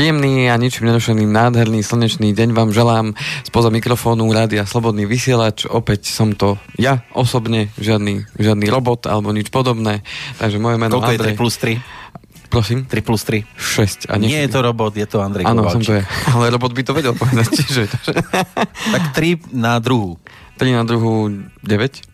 Príjemný a ničím nerušený nádherný slnečný deň vám želám spoza mikrofónu Rádia Slobodný vysielač. Opäť som to ja osobne, žiadny robot alebo nič podobné. Takže moje meno Koľko Andrej. je 3 plus 3? Prosím? 3 plus 3? 6. A nie je to robot, je to Andrej Kovalčík. Áno, som to je. Ale robot by to vedel povedať. Čiže... Tak 3 na druhú. 3 na druhú 9?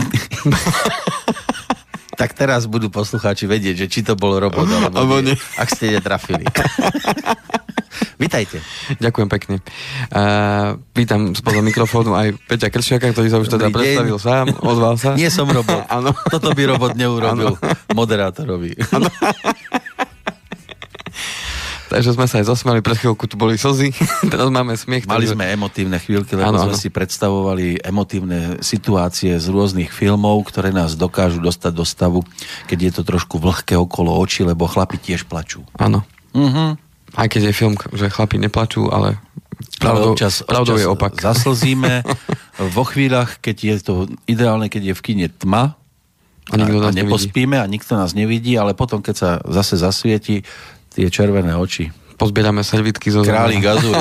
Tak teraz budú poslucháči vedieť, že či to bol robot, alebo nie, ak ste netrafili. Vítajte. Ďakujem pekne. Vítam spoza mikrofónu aj Peťa Kršiaka, ktorý sa už teda predstavil sám, ozval sa. Nie som robot. Áno. Toto by robot neurobil moderátorovi. Áno. Takže sme sa aj zasmiali, pred chvíľku tu boli slzy, teraz máme smiech. Mali sme emotívne chvíľky, lebo sme si predstavovali emotívne situácie z rôznych filmov, ktoré nás dokážu dostať do stavu, keď je to trošku vlhké okolo očí, lebo chlapi tiež plačú. Áno. Aj keď je film, že chlapi neplačú, ale pravdou je opak. Zaslzíme vo chvíľach, keď je to ideálne, keď je v kine tma a nepospíme a nikto nás nevidí, ale potom, keď sa zase zasvieti tie červené oči. Pozbierame servítky zo Králik Azúry.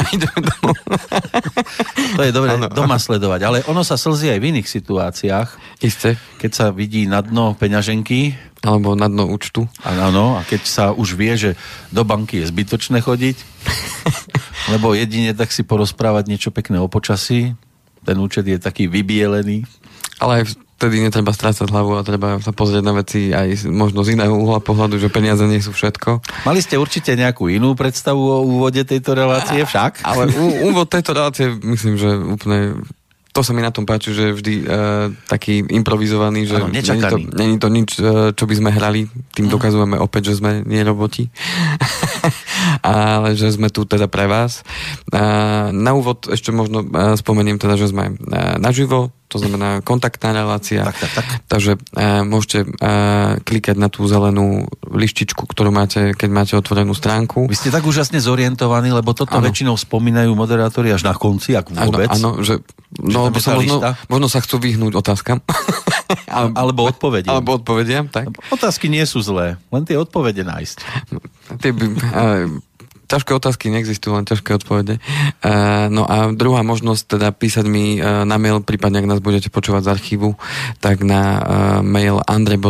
To je dobre doma sledovať. Ale ono sa slzí aj v iných situáciách. Isté. Keď sa vidí na dno peňaženky. Alebo na dno účtu. Áno, a keď sa už vie, že do banky je zbytočné chodiť, lebo jedine tak si porozprávať niečo pekné o počasí. Ten účet je taký vybielený. Ale aj vtedy netreba strácať hlavu a treba sa pozrieť na veci aj možno z iného uhla pohľadu, že peniaze nie sú všetko. Mali ste určite nejakú inú predstavu o úvode tejto relácie však? Ale úvod tejto relácie myslím, že úplne... To sa mi na tom páči, že je vždy taký improvizovaný, že není to nič, čo by sme hrali, tým dokazujeme opäť, že sme nie roboti. Ale že sme tu teda pre vás. Na úvod ešte možno spomeniem teda, že sme naživo, to znamená kontaktná relácia. Tak. Takže môžete klikať na tú zelenú lištičku, ktorú máte, keď máte otvorenú stránku. Vy ste tak úžasne zorientovaní, lebo toto väčšinou spomínajú moderátori až na konci, ak vôbec. Áno, že možno sa chcú vyhnúť otázkam. Alebo odpovediam. Alebo odpovediam, tak. Otázky nie sú zlé, len tie odpovede nájsť. Ťažké otázky neexistujú, len ťažké odpovede. No a druhá možnosť teda písať mi na mail, prípadne ak nás budete počúvať z archívu, tak na mail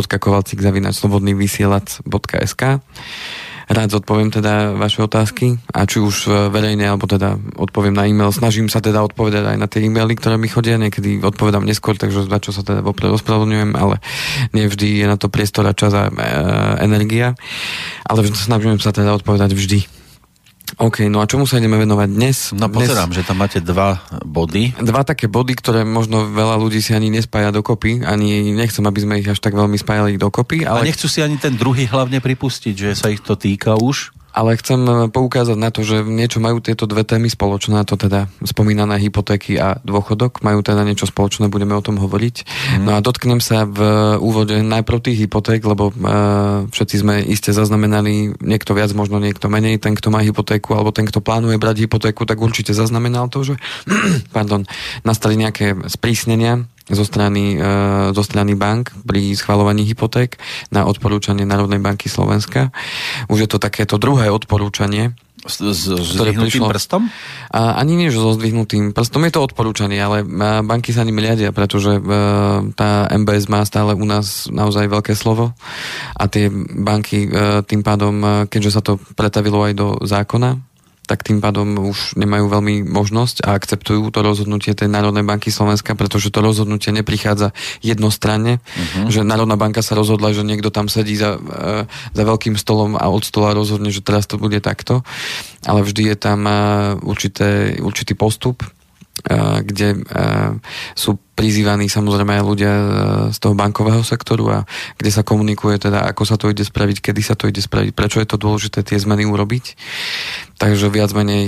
andrej.kovalcik@slobodnyvysielac.sk. Rád zodpoviem teda vaše otázky a či už verejne, alebo teda odpoviem na e-mail. Snažím sa teda odpovedať aj na tie e-maily, ktoré mi chodia. Niekedy odpovedám neskôr, takže za čo sa teda vopred ospravedlňujem, ale nevždy je na to priestor a čas a energia. Ale snažím sa teda odpovedať vždy. OK, no a čomu sa ideme venovať dnes? No pozerám, že tam máte 2 body. 2 také body, ktoré možno veľa ľudí si ani nespája dokopy, ani nechcem, aby sme ich až tak veľmi spájali dokopy. Ale... A nechcú si ani ten druhý hlavne pripustiť, že sa ich to týka už? Ale chcem poukázať na to, že niečo majú tieto 2 témy spoločné, to teda spomínané hypotéky a dôchodok, majú teda niečo spoločné, budeme o tom hovoriť. No a dotknem sa v úvode najprv tých hypoték, lebo všetci sme iste zaznamenali, niekto viac, možno niekto menej, ten, kto má hypotéku, alebo ten, kto plánuje brať hypotéku, tak určite zaznamenal to, že nastali nejaké sprísnenia zo strany bank pri schvaľovaní hypoték na odporúčanie Národnej banky Slovenska. Už je to takéto druhé odporúčanie. S zdvihnutým prstom? Ani nie, že so zdvihnutým prstom. Je to odporúčanie, ale banky sa ním riadia, pretože tá MBS má stále u nás naozaj veľké slovo a tie banky tým pádom, keďže sa to pretavilo aj do zákona, tak tým pádom už nemajú veľmi možnosť a akceptujú to rozhodnutie tej Národnej banky Slovenska, pretože to rozhodnutie neprichádza jednostranne, že Národná banka sa rozhodla, že niekto tam sedí za veľkým stolom a od stola rozhodne, že teraz to bude takto, ale vždy je tam určitý postup, kde sú prizývaní samozrejme aj ľudia z toho bankového sektoru a kde sa komunikuje teda, ako sa to ide spraviť, kedy sa to ide spraviť, prečo je to dôležité tie zmeny urobiť. Takže viac menej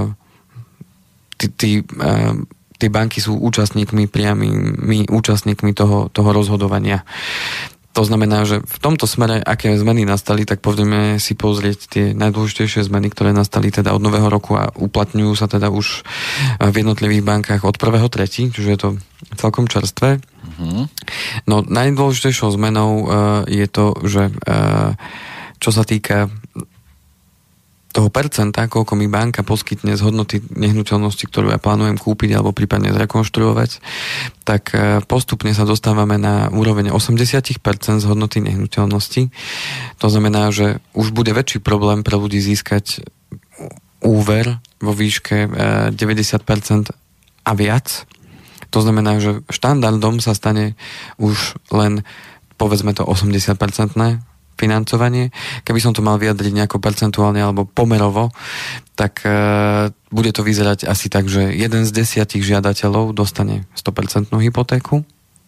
tie banky sú účastníkmi, priamými účastníkmi toho rozhodovania. To znamená, že v tomto smere, aké zmeny nastali, tak poďme si pozrieť tie najdôležitejšie zmeny, ktoré nastali teda od nového roku a uplatňujú sa teda už v jednotlivých bankách od 1.3., čiže je to celkom čerstvé. No najdôležitejšou zmenou je to, že čo sa týka toho percenta, koľko mi banka poskytne z hodnoty nehnuteľnosti, ktorú ja plánujem kúpiť alebo prípadne zrekonštruovať, tak postupne sa dostávame na úroveň 80% z hodnoty nehnuteľnosti. To znamená, že už bude väčší problém pre ľudí získať úver vo výške 90% a viac. To znamená, že štandardom sa stane už len, povedzme to, 80% financovanie. Keby som to mal vyjadriť nejako percentuálne alebo pomerovo, tak bude to vyzerať asi tak, že 1 z 10 žiadateľov dostane 100% hypotéku.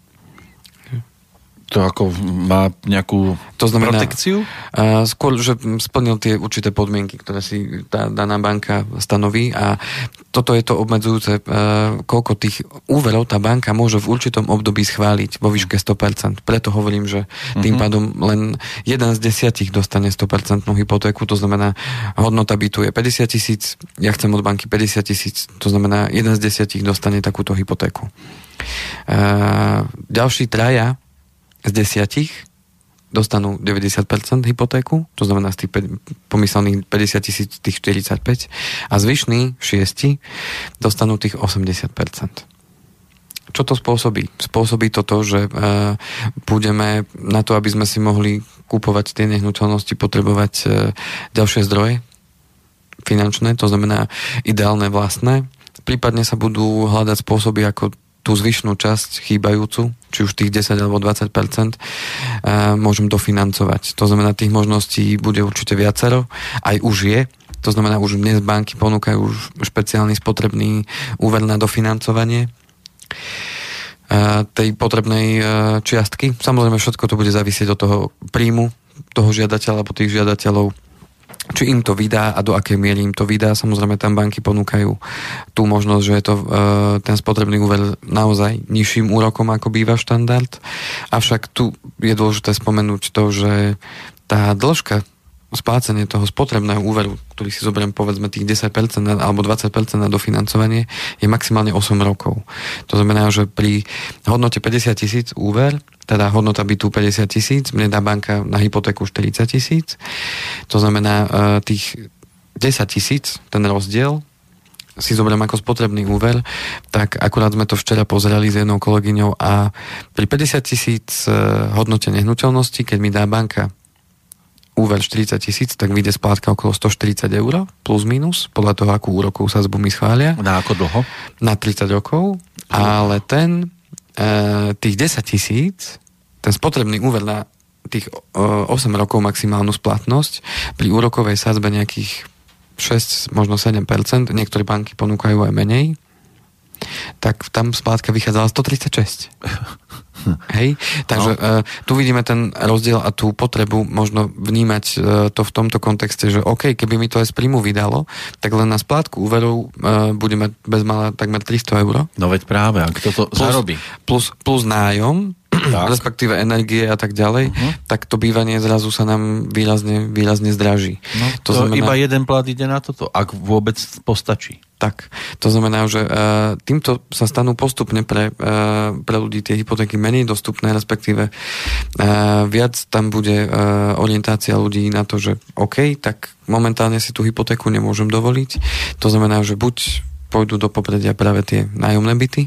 To ako má nejakú protekciu? Skôr, že splnil tie určité podmienky, ktoré si tá daná banka stanoví, a toto je to obmedzujúce, koľko tých úverov tá banka môže v určitom období schváliť vo výške 100%. Preto hovorím, že tým pádom len 1 z 10 dostane 100% hypotéku, to znamená, hodnota bytu je 50 000, ja chcem od banky 50 000, to znamená 1 z 10 dostane takúto hypotéku. Ďalší traja z 10 dostanú 90% hypotéku, to znamená z tých pomyselných 50 000 tých 45, a zvyšní 6 dostanú tých 80%. Čo to spôsobí? Spôsobí to, že budeme na to, aby sme si mohli kúpovať tie nehnuteľnosti, potrebovať ďalšie zdroje finančné, to znamená ideálne vlastné. Prípadne sa budú hľadať spôsoby, ako tú zvyšnú časť chýbajúcu, či už tých 10 alebo 20%, môžem dofinancovať. To znamená, tých možností bude určite viacero. Aj už je. To znamená, už dnes banky ponúkajú už špeciálny spotrebný úver na dofinancovanie tej potrebnej čiastky. Samozrejme, všetko to bude závisieť od toho príjmu toho žiadateľa alebo tých žiadateľov, či im to vydá a do akej miery im to vydá. Samozrejme, tam banky ponúkajú tú možnosť, že je to ten spotrebný úver naozaj nižším úrokom, ako býva štandard. Avšak tu je dôležité spomenúť to, že tá dĺžka splácanie toho spotrebného úveru, ktorý si zoberiem povedzme tých 10% alebo 20% na dofinancovanie, je maximálne 8 rokov. To znamená, že pri hodnote 50 000 úver, teda hodnota bytu 50 000, mne dá banka na hypotéku 40 000. To znamená, tých 10 000, ten rozdiel, si zoberiem ako spotrebný úver, tak akurát sme to včera pozerali s jednou kolegyňou a pri 50 000 hodnote nehnuteľnosti, keď mi dá banka úver 40 000, tak vyjde splátka okolo 140 eur, plus minus, podľa toho, akú úrokovú sadzbu mi schvália. Na ako dlho? Na 30 rokov, ale tých 10 000, ten spotrebný úver na tých 8 rokov maximálnu splatnosť, pri úrokovej sadzbe nejakých 6, možno 7%, niektoré banky ponúkajú aj menej, tak tam splátka vychádzala 136. Hej? Takže tu vidíme ten rozdiel a tú potrebu možno vnímať to v tomto kontexte, že OK, keby mi to aj z príjmu vydalo, tak len na splátku úverov budeme bezmála takmer 300 eur. No veď práve, a kto to zarobí? Plus nájom, respektíve energie a tak ďalej, tak to bývanie zrazu sa nám výrazne zdraží. No, to znamená, iba jeden plat ide na toto, ak vôbec postačí. Tak, to znamená, že týmto sa stanú postupne pre ľudí tie hypotéky menej dostupné, respektíve viac tam bude orientácia ľudí na to, že OK, tak momentálne si tú hypotéku nemôžem dovoliť. To znamená, že buď pôjdu do popredia práve tie nájomné byty,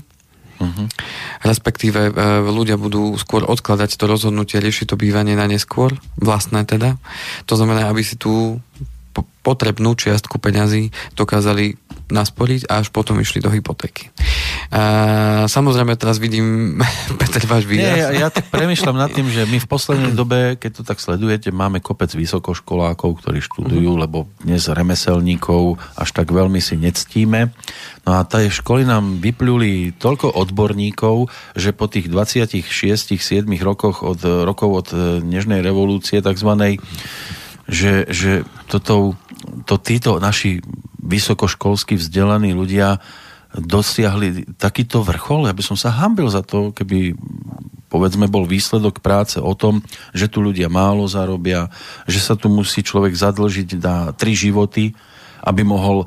respektíve ľudia budú skôr odkladať to rozhodnutie, riešiť to bývanie na neskôr, vlastné teda. To znamená, aby si tú potrebnú čiastku peňazí dokázali nasporiť a až potom išli do hypotéky. Samozrejme, teraz vidím, Peter, váš výraz. Nie, ja tak premýšľam nad tým, že my v poslednej dobe, keď to tak sledujete, máme kopec vysokoškolákov, ktorí študujú, lebo dnes remeselníkov až tak veľmi si nectíme. No a tie školy nám vypluli toľko odborníkov, že po tých 26-7 rokoch od Nežnej revolúcie takzvanej, že títo naši vysokoškolsky vzdelaní ľudia dosiahli takýto vrchol. Ja by som sa hanbil za to, keby povedzme bol výsledok práce o tom, že tu ľudia málo zarobia, že sa tu musí človek zadlžiť na 3 životy, aby mohol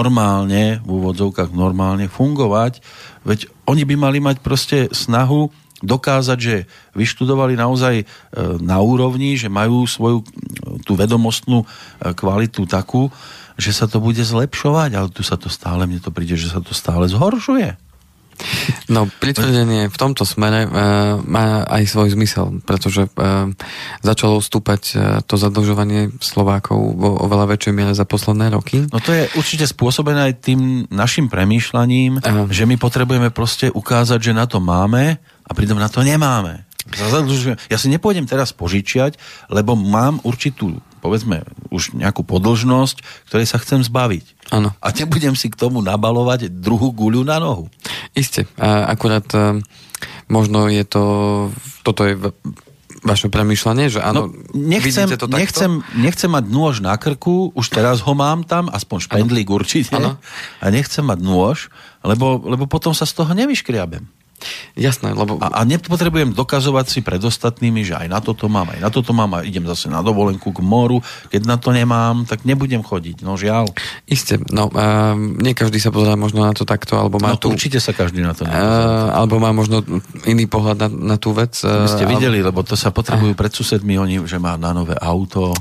normálne, v úvodzovkách normálne fungovať. Veď oni by mali mať proste snahu dokázať, že vyštudovali naozaj na úrovni, že majú svoju tú vedomostnú kvalitu takú, že sa to bude zlepšovať, ale tu sa to stále, mne to príde, že sa to stále zhoršuje. No, pritvrdenie v tomto smere má aj svoj zmysel, pretože začalo stúpať to zadlžovanie Slovákov vo oveľa väčšej miere za posledné roky. No to je určite spôsobené aj tým našim premýšľaním, že my potrebujeme proste ukázať, že na to máme a pritom na to nemáme. Ja si nepôjdem teraz požičiať, lebo mám určitú, povedzme, už nejakú podĺžnosť, ktorej sa chcem zbaviť. Áno. A nebudem si k tomu nabalovať druhú guľu na nohu. Isté. Akurát možno je to, toto je vaše premýšľanie, že áno, vidíte to takto? Nechcem mať nôž na krku, už teraz ho mám tam, aspoň špendlík určite. Ano. A nechcem mať nôž, lebo potom sa z toho nevyškriabem. Jasné, lebo... A nepotrebujem dokazovať si pred ostatnými, že aj na toto mám a idem zase na dovolenku k moru. Keď na to nemám, tak nebudem chodiť, no žiaľ. Isté, no nie každý sa pozerá možno na to takto, alebo má to určite sa každý na to alebo má možno iný pohľad na tú vec. Vy ste videli, lebo to sa potrebujú pred susedmi, oni, že má na nové auto.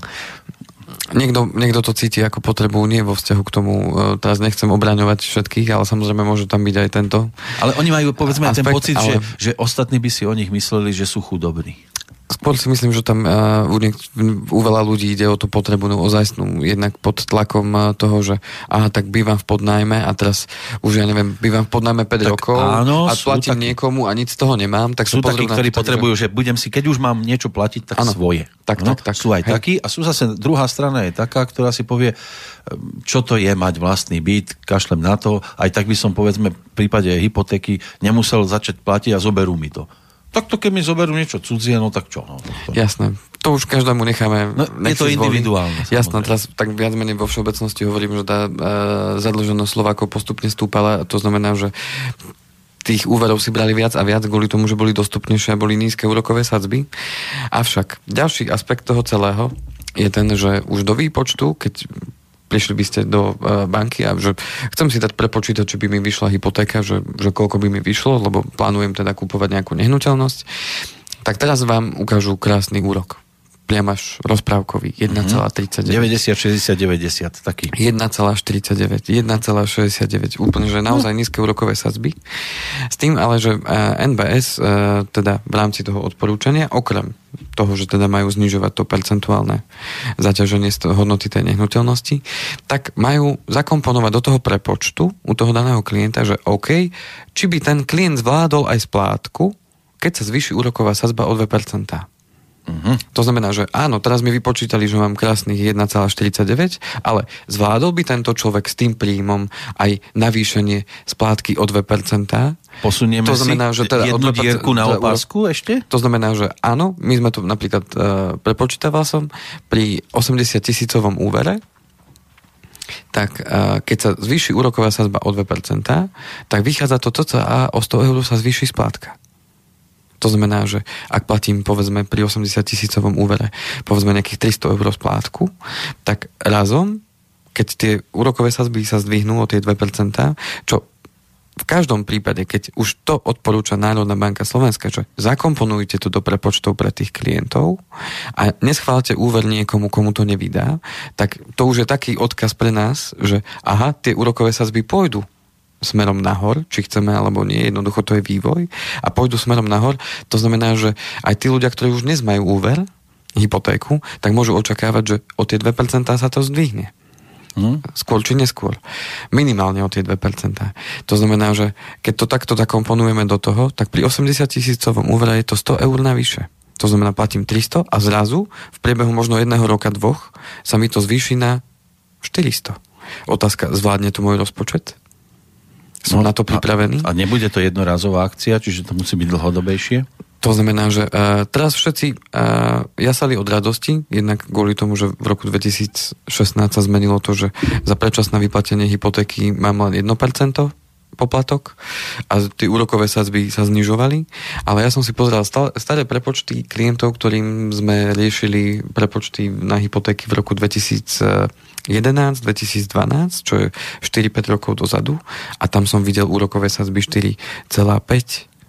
Niekto to cíti ako potrebu, nie vo vzťahu k tomu, teraz nechcem obraňovať všetkých, ale samozrejme môže tam byť aj tento. Ale oni majú, povedzme, aspekt, ten pocit, že ostatní by si o nich mysleli, že sú chudobní. Skôr si myslím, že tam u veľa ľudí ide o tú potrebu ozajstnú, jednak pod tlakom toho, že tak bývam v podnájme a teraz už ja neviem, bývam v podnájme 5 rokov áno, a platím niekomu a nic z toho nemám, tak sú takí, ktorí potrebujú, že budem si, keď už mám niečo platiť, tak svoje. Tak. Sú aj takí a sú zase druhá strana je taká, ktorá si povie, čo to je mať vlastný byt, kašlem na to, aj tak by som, povedzme, v prípade hypotéky nemusel začať platiť a zoberú mi to. Takto, keď mi zoberú niečo cudzie, no tak čo? No, Jasné. To už každému necháme. Je to individuálne. Jasné, teraz tak viac menej vo všeobecnosti hovorím, že tá zadlženosť Slovákov postupne stúpala. To znamená, že tých úverov si brali viac a viac kvôli tomu, že boli dostupnejšie a boli nízke úrokové sadzby. Avšak ďalší aspekt toho celého je ten, že už do výpočtu, keď prišli by ste do banky a že chcem si dať prepočítať, či by mi vyšla hypotéka, že koľko by mi vyšlo, lebo plánujem teda kúpovať nejakú nehnuteľnosť, tak teraz vám ukážu krásny úrok. Priam až rozprávkový, 1,39. 90, 60, 90, taký. 1,49, 1,69, úplne, že naozaj nízke úrokové sadzby. S tým ale, že NBS, teda v rámci toho odporúčania, okrem toho, že teda majú znižovať to percentuálne zaťaženie z hodnoty tej nehnuteľnosti, tak majú zakomponovať do toho prepočtu u toho daného klienta, že OK, či by ten klient zvládol aj splátku, keď sa zvýši úroková sadzba o 2%. To znamená, že áno, teraz mi vypočítali, že mám krásnych 1,49, ale zvládol by tento človek s tým príjmom aj navýšenie splátky o 2%? Posunieme to znamená, že teda jednu dierku na opasku ešte? To znamená, že áno, my sme to napríklad prepočítaval som pri 80 000 úvere, tak keď sa zvýši úroková sadzba o 2%, tak vychádza to cca o 100 eur sa zvýši splátka. To znamená, že ak platím, povedzme, pri 80 000 úvere, povedzme nejakých 300 eur splátku, tak razom, keď tie úrokové sadzby sa zdvihnú o tie 2%, čo v každom prípade, keď už to odporúča Národná banka Slovenska, že zakomponujte to do prepočtov pre tých klientov a neschválte úver niekomu, komu to nevydá, tak to už je taký odkaz pre nás, že aha, tie úrokové sadzby pôjdu smerom nahor, či chceme alebo nie, jednoducho to je vývoj a pôjdu smerom nahor, to znamená, že aj tí ľudia, ktorí už dnes majú úver, hypotéku, tak môžu očakávať, že o tie 2% sa to zdvihne. Skôr či neskôr. Minimálne o tie 2%. To znamená, že keď to takto zakomponujeme do toho, tak pri 80 000 úvere je to 100 eur navyše. To znamená, platím 300 a zrazu v priebehu možno 1 roka, 2 sa mi to zvýši na 400. Otázka, zvládne to môj rozpočet? Som na to pripravený. A nebude to jednorazová akcia, čiže to musí byť dlhodobejšie? To znamená, že teraz všetci jasali od radosti, jednak kvôli tomu, že v roku 2016 sa zmenilo to, že za predčasné vyplatenie hypotéky mám len 1% poplatok a tie úrokové sadzby sa znižovali, ale ja som si pozeral staré prepočty klientov, ktorým sme riešili prepočty na hypotéky v roku 2011, 2012, čo je 4-5 rokov dozadu a tam som videl úrokové sadzby 4,5,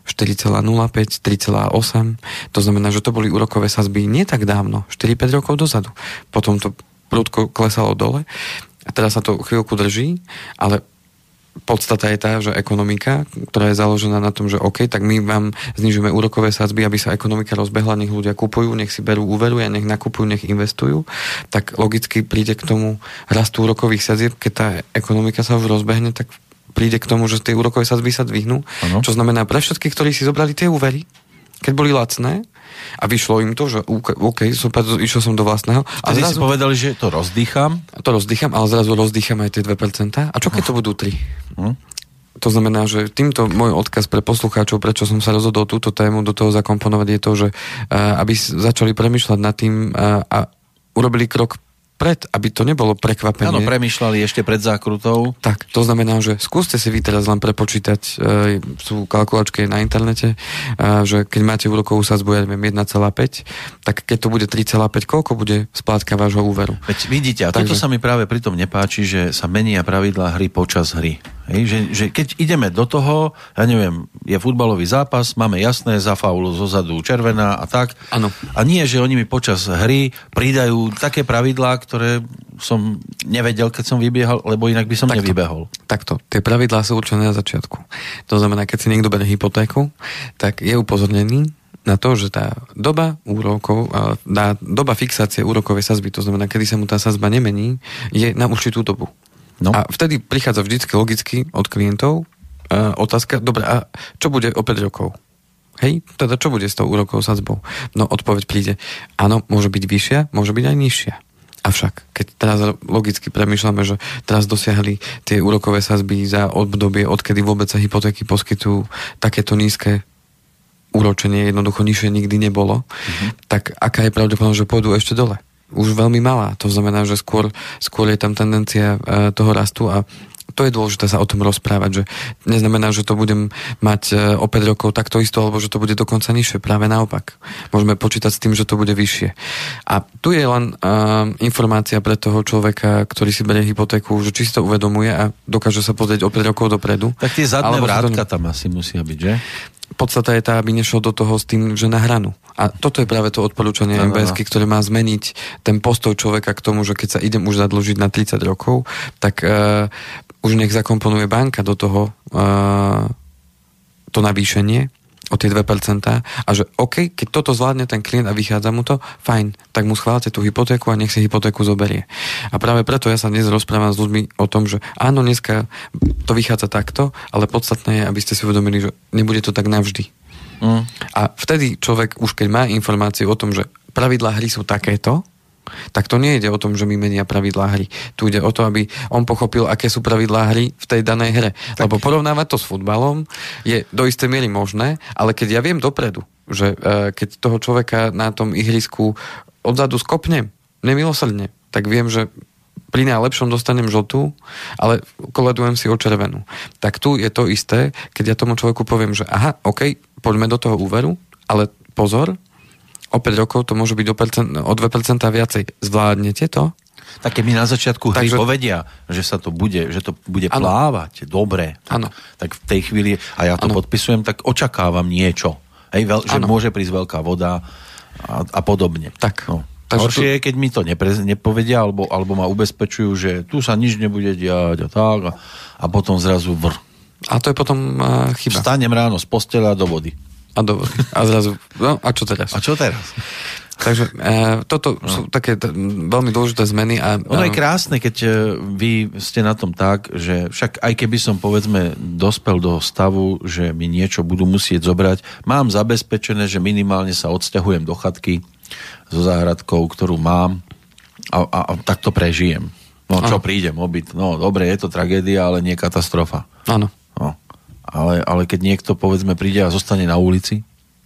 4,05, 3,8. To znamená, že to boli úrokové sadzby nie tak dávno, 4-5 rokov dozadu. Potom to prudko klesalo dole a teraz sa to chvíľku drží, ale podstata je tá, že ekonomika, ktorá je založená na tom, že OK, tak my vám znižujeme úrokové sadzby, aby sa ekonomika rozbehla, nech ľudia kupujú, nech si berú úveru a nech nakupujú, nech investujú, tak logicky príde k tomu rastu úrokových sadzieb, keď tá ekonomika sa už rozbehne, tak príde k tomu, že tie úrokové sadzby sa dvihnú, čo znamená pre všetkých, ktorí si zobrali tie úvery, keď boli lacné, a vyšlo im to, že OK, super, išiel som do vlastného. A zrazu si povedali, že to rozdýcham? To rozdýcham, ale zrazu rozdýcham aj tie 2%. A čo keď to budú 3? To znamená, že týmto môj odkaz pre poslucháčov, prečo som sa rozhodol túto tému do toho zakomponovať, je to, že aby začali premýšľať nad tým a urobili krok pred, aby to nebolo prekvapenie. Áno, premýšľali ešte pred zákrutou. Tak, to znamená, že skúste si vy teraz len prepočítať, sú kalkulačky na internete, že keď máte úrokovú sadzbu, ja neviem, 1,5, tak keď to bude 3,5, koľko bude splátka vášho úveru? Veď vidíte, a toto sa mi práve pritom nepáči, že sa menia pravidlá hry počas hry. Hej, že keď ideme do toho, ja neviem, je futbalový zápas, máme jasné, za faulu zozadu červená a tak. Ano. A nie, že oni mi počas hry pridajú také pravidlá, ktoré som nevedel, keď som vybiehal, lebo inak by som nevybehol. Takto. Tie pravidlá sú určené na začiatku. To znamená, keď si niekto berie hypotéku, tak je upozornený na to, že tá doba úrokov, doba fixácie úrokovej sadzby, to znamená, kedy sa mu tá sadzba nemení, je na určitú dobu. No. A vtedy prichádza vždycky logicky od klientov otázka, dobre, a čo bude o 5 rokov? Hej, teda čo bude s tou úrokovou sadzbou? No odpoveď príde, áno, môže byť vyššia, môže byť aj nižšia. Avšak, keď teraz logicky premýšľame, že teraz dosiahli tie úrokové sadzby za obdobie, odkedy vôbec sa hypotéky poskytujú takéto nízke úročenie, jednoducho nižšie nikdy nebolo, tak aká je pravdepodobnosť, že pôjdu ešte dole? Už veľmi malá. To znamená, že skôr je tam tendencia toho rastu a to je dôležité sa o tom rozprávať, že neznamená, že to budem mať o 5 rokov takto isto, alebo že to bude dokonca nižšie. Práve naopak. Môžeme počítať s tým, že to bude vyššie. A tu je len informácia pre toho človeka, ktorý si berie hypotéku, že či si to uvedomuje a dokáže sa pozrieť o 5 rokov dopredu. Tak tie zadné vrátka tam asi musia byť, že? Podstata je tá, aby nešiel do toho s tým, že na hranu. A toto je práve to odporúčanie MBS-ky, ktoré má zmeniť ten postoj človeka k tomu, že keď sa idem už zadlžiť na 30 rokov, tak už nech zakomponuje banka do toho to navýšenie o tie 2% a že OK, keď toto zvládne ten klient a vychádza mu to, fajn, tak mu schválte tú hypotéku a nech si hypotéku zoberie. A práve preto ja sa dnes rozprávam s ľuďmi o tom, že áno, dneska to vychádza takto, ale podstatné je, aby ste si uvedomili, že nebude to tak navždy. A vtedy človek už keď má informácie o tom, že pravidlá hry sú takéto, tak to nie ide o tom, že my menia pravidlá hry. Tu ide o to, aby on pochopil, aké sú pravidlá hry v tej danej hre. Tak. Lebo porovnávať to s futbalom je do istej miery možné, ale keď ja viem dopredu, že keď toho človeka na tom ihrisku odzadu skopnem nemilosrdne, tak viem, že pri najlepšom dostanem žltú, ale koledujem si o červenú. Tak tu je to isté, keď ja tomu človeku poviem, že aha, OK, poďme do toho úveru, ale pozor, o 5 rokov to môže byť o 2% viacej. Zvládnete to? Tak keď mi na začiatku hry povedia, že to bude plávať dobre, tak v tej chvíli, a ja to podpisujem, tak očakávam niečo. Že môže prísť veľká voda a podobne. Tak. No. Horšie je, keď mi to nepovedia, alebo ma ubezpečujú, že tu sa nič nebude diať a tak, a potom zrazu A to je potom chyba. Vstanem ráno z postela do vody. A zrazu, no a čo teraz? Takže toto sú také veľmi dôležité zmeny. Ono je krásne, keď vy ste na tom tak, že však aj keby som povedzme dospel do stavu, že mi niečo budú musieť zobrať, mám zabezpečené, že minimálne sa odsťahujem do chatky so záhradkou, ktorú mám a takto prežijem. No čo príde, mobyt. No dobre, je to tragédia, ale nie katastrofa. Áno. No. Ale keď niekto, povedzme, príde a zostane na ulici?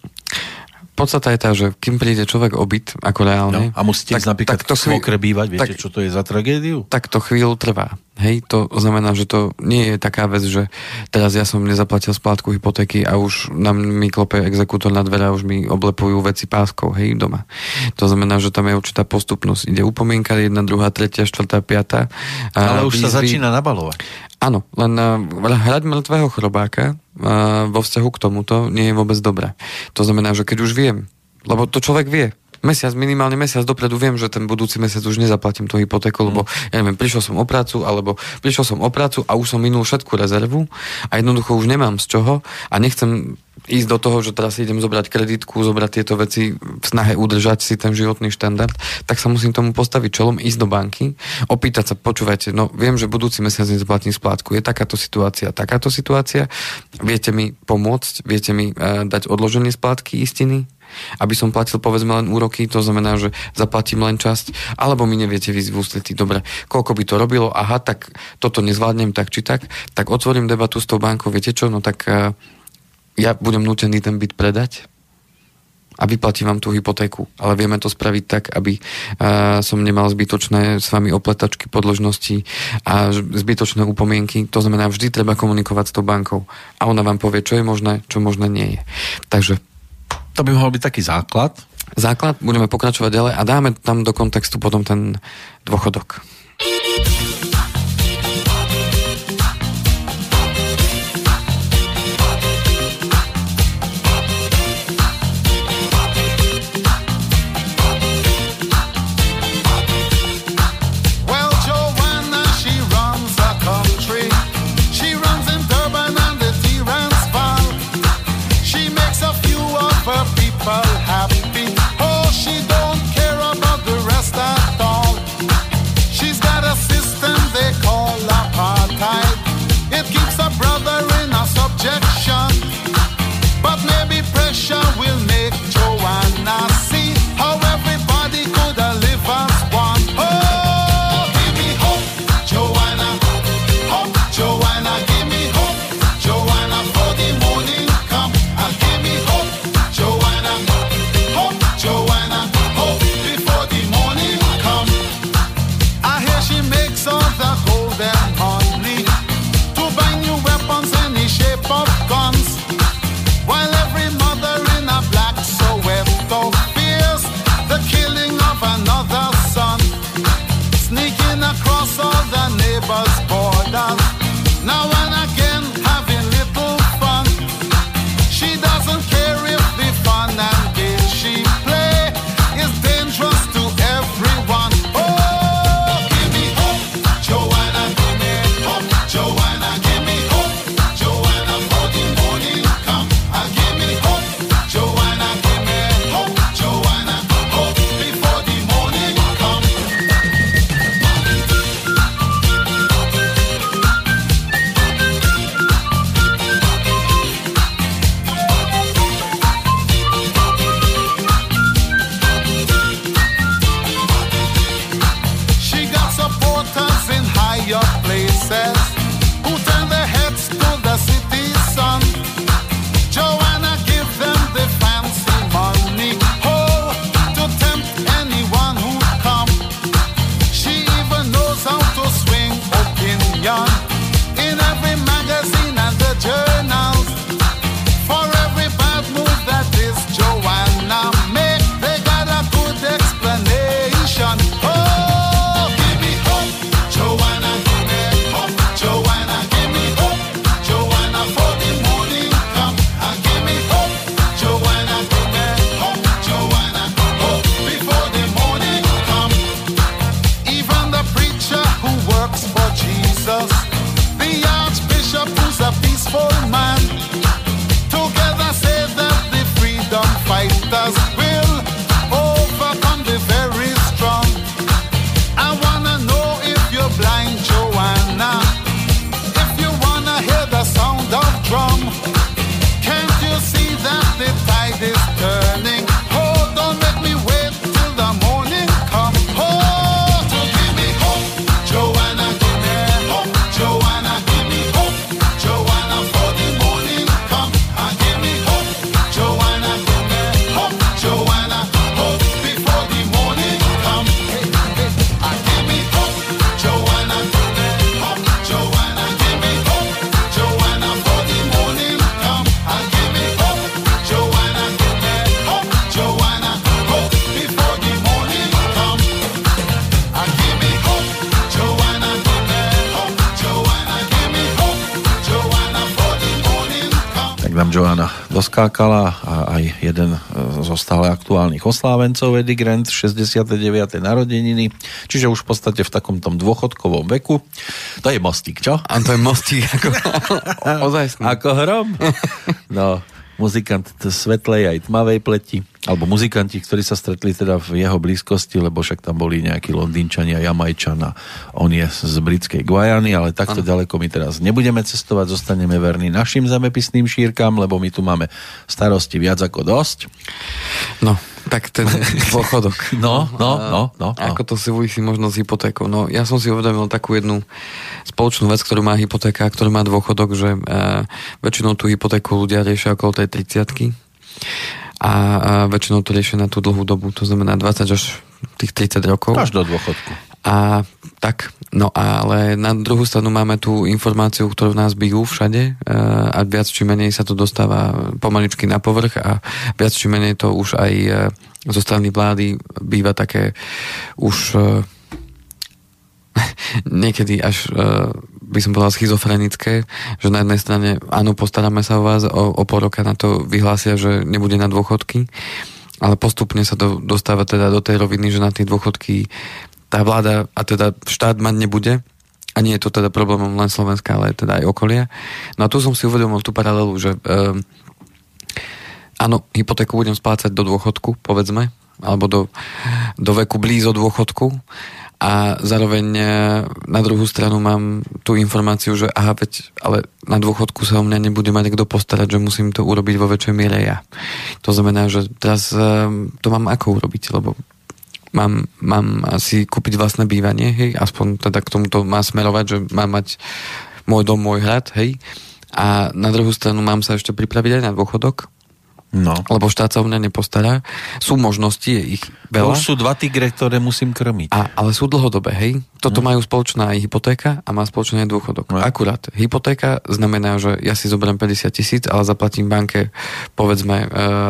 Podstata je tá, že kým príde človek o byt, ako reálne... No, a musíte ísť napríklad k svokre bývať, viete, čo to je za tragédiu? Tak to chvíľu trvá. Hej, to znamená, že to nie je taká vec, že teraz ja som nezaplatil splátku hypotéky a už mi klope exekútor na dvere a už mi oblepujú veci páskou, hej, doma. To znamená, že tam je určitá postupnosť. Ide upomienka, 1, 2, 3, 4, 5. Ale už sa začína nabalovať. Áno, len hrať mŕtvého chrobáka vo vzťahu k tomuto nie je vôbec dobré. To znamená, že keď už viem, lebo to človek vie, minimálne mesiac dopredu viem, že ten budúci mesiac už nezaplatím tú hypotéku, lebo ja neviem, prišiel som o prácu a už som minul všetku rezervu a jednoducho už nemám z čoho a nechcem ísť do toho, že teraz idem zobrať kreditku, zobrať tieto veci v snahe udržať si ten životný štandard, tak sa musím tomu postaviť čelom, ísť do banky, opýtať sa, počúvajte, no viem, že budúci mesiac nezaplatím splátku, je takáto situácia, viete mi pomôcť, viete mi dať odloženie splátky istiny, aby som platil povedzme len úroky, to znamená, že zaplatím len časť, alebo mi neviete výjsť v ústretí. Dobre, koľko by to robilo? Aha, tak toto nezvládnem tak či tak otvorím debatu s tou bankou, viete čo, no tak ja budem nútený ten byt predať a vyplatím vám tú hypotéku, ale vieme to spraviť tak, aby som nemal zbytočné s vami opletačky podložnosti a zbytočné upomienky, to znamená, vždy treba komunikovať s tou bankou a ona vám povie, čo je možné, čo možné nie je. Takže to by mohol byť taký základ. Budeme pokračovať ďalej a dáme tam do kontextu potom ten dôchodok. Joanna doskákala a aj jeden zo stále aktuálnych oslávencov, Eddie Grant, 69. narodeniny, čiže už v podstate v takom tom dôchodkovom veku. To je mostík, čo? A to je mostík ako ozajstný. Ako hrom. No, muzikant svetlej aj tmavej pleti, alebo muzikanti, ktorí sa stretli teda v jeho blízkosti, lebo však tam boli nejakí Londýnčania, Jamajčan a on je z britskej Guajany, ale takto ďaleko my teraz nebudeme cestovať, zostaneme verní našim zemepisným šírkam, lebo my tu máme starosti viac ako dosť. No, tak ten dôchodok. No. Ako to súvisí možno s hypotékou? No, ja som si uvedomil takú jednu spoločnú vec, ktorú má hypotéka, ktorú má dôchodok, že väčšinou tú hypotéku ľudia riešia okolo tej 30-ky a väčšinou to riešia na tú dlhú dobu, to znamená 20 až tých 30 rokov. Až do dôchodku. A tak, no ale na druhú stranu máme tú informáciu, ktorú nás bijú všade a viac či menej sa to dostáva pomaličky na povrch a viac či menej to už aj zo strany vlády býva také už niekedy až by som povedal schizofrenické, že na jednej strane áno, postaráme sa o vás, o pol roka na to vyhlásia, že nebude na dôchodky, ale postupne sa to dostáva teda do tej roviny, že na tie dôchodky tá vláda a teda štát mať nebude a nie je to teda problémom len Slovenska, ale teda aj okolia. No a tu som si uvedomil tú paralelu, že áno, hypotéku budem splácať do dôchodku, povedzme, alebo do veku blízo dôchodku, a zároveň na druhú stranu mám tú informáciu, že aha, veď, ale na dôchodku sa o mňa nebude mať kto postarať, že musím to urobiť vo väčšej miere ja. To znamená, že teraz to mám ako urobiť, lebo mám si kúpiť vlastné bývanie, hej, aspoň teda k tomuto má smerovať, že mám mať môj dom, môj hrad, hej, a na druhú stranu mám sa ešte pripraviť aj na dôchodok, no. Lebo štát sa o mňa nepostará. Sú možnosti, je ich veľa. Už sú 2 tigre, ktoré musím krmiť. Ale sú dlhodobé, hej? Toto majú spoločná aj hypotéka a má spoločný aj dôchodok. Akurát, hypotéka znamená, že ja si zoberiem 50 000, ale zaplatím banke, povedzme,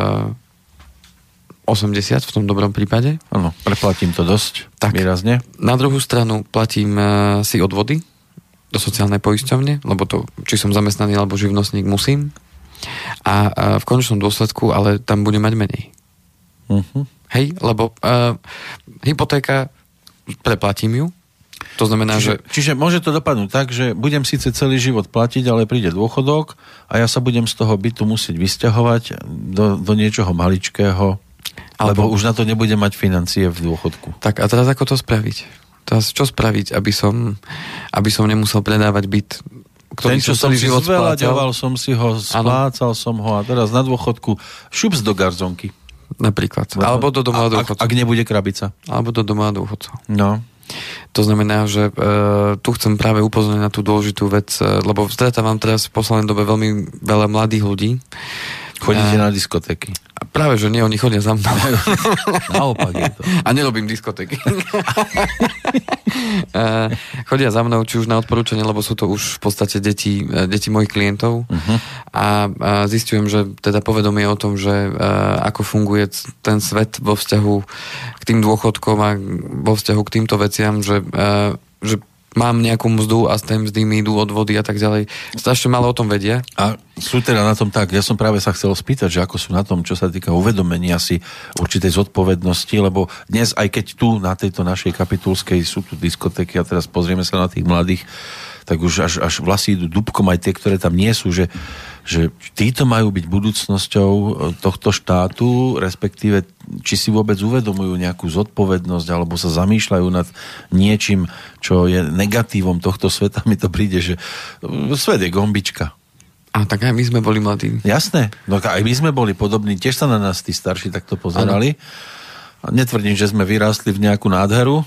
80 v tom dobrom prípade. Áno, preplatím to dosť tak, výrazne. Na druhú stranu platím si odvody do sociálnej poisťovne, lebo to, či som zamestnaný alebo živnostník, musím. A v konečnom dôsledku, ale tam bude mať menej. Hej, lebo hypotéka, preplatím ju, to znamená, Čiže môže to dopadnúť tak, že budem síce celý život platiť, ale príde dôchodok a ja sa budem z toho bytu musieť vysťahovať do niečoho maličkého, lebo už na to nebude mať financie v dôchodku. Tak a teraz ako to spraviť? Teraz čo spraviť, aby som nemusel predávať byt, ktorý ten, čo som si zveľaďoval, som si ho splácal, som ho a teraz na dôchodku šups do garzonky. Napríklad. Alebo do domova dôchodcov. Ak nebude krabica. Alebo do domova dôchodcov. No. To znamená, že tu chcem práve upozorniť na tú dôležitú vec, lebo stretávam teraz v poslednej dobe veľmi veľa mladých ľudí. Chodíte na diskotéky. Práve, že nie, oni chodia za mnou. Naopak je to. A nerobím diskotéky. Chodia za mnou, či už na odporúčanie, lebo sú to už v podstate deti mojich klientov. A zistujem, že teda povedomie o tom, že ako funguje ten svet vo vzťahu k tým dôchodkom a vo vzťahu k týmto veciam, že mám nejakú mzdu a z tej mzdy mi idú odvody a tak ďalej. Strašne málo o tom vedia. A sú teda na tom tak, ja som práve sa chcel spýtať, že ako sú na tom, čo sa týka uvedomenia si určitej zodpovednosti, lebo dnes, aj keď tu na tejto našej kapitulskej sú tu diskotéky a teraz pozrieme sa na tých mladých, tak už až vlasy idú dúbkom aj tie, ktoré tam nie sú, že títo majú byť budúcnosťou tohto štátu, respektíve či si vôbec uvedomujú nejakú zodpovednosť alebo sa zamýšľajú nad niečím, čo je negatívom tohto sveta. Mi to príde, že svet je gombička. A tak aj my sme boli mladí. Jasné, no aj my sme boli podobní, tiež sa na nás tí starší takto pozerali. A netvrdím, že sme vyrástli v nejakú nádheru.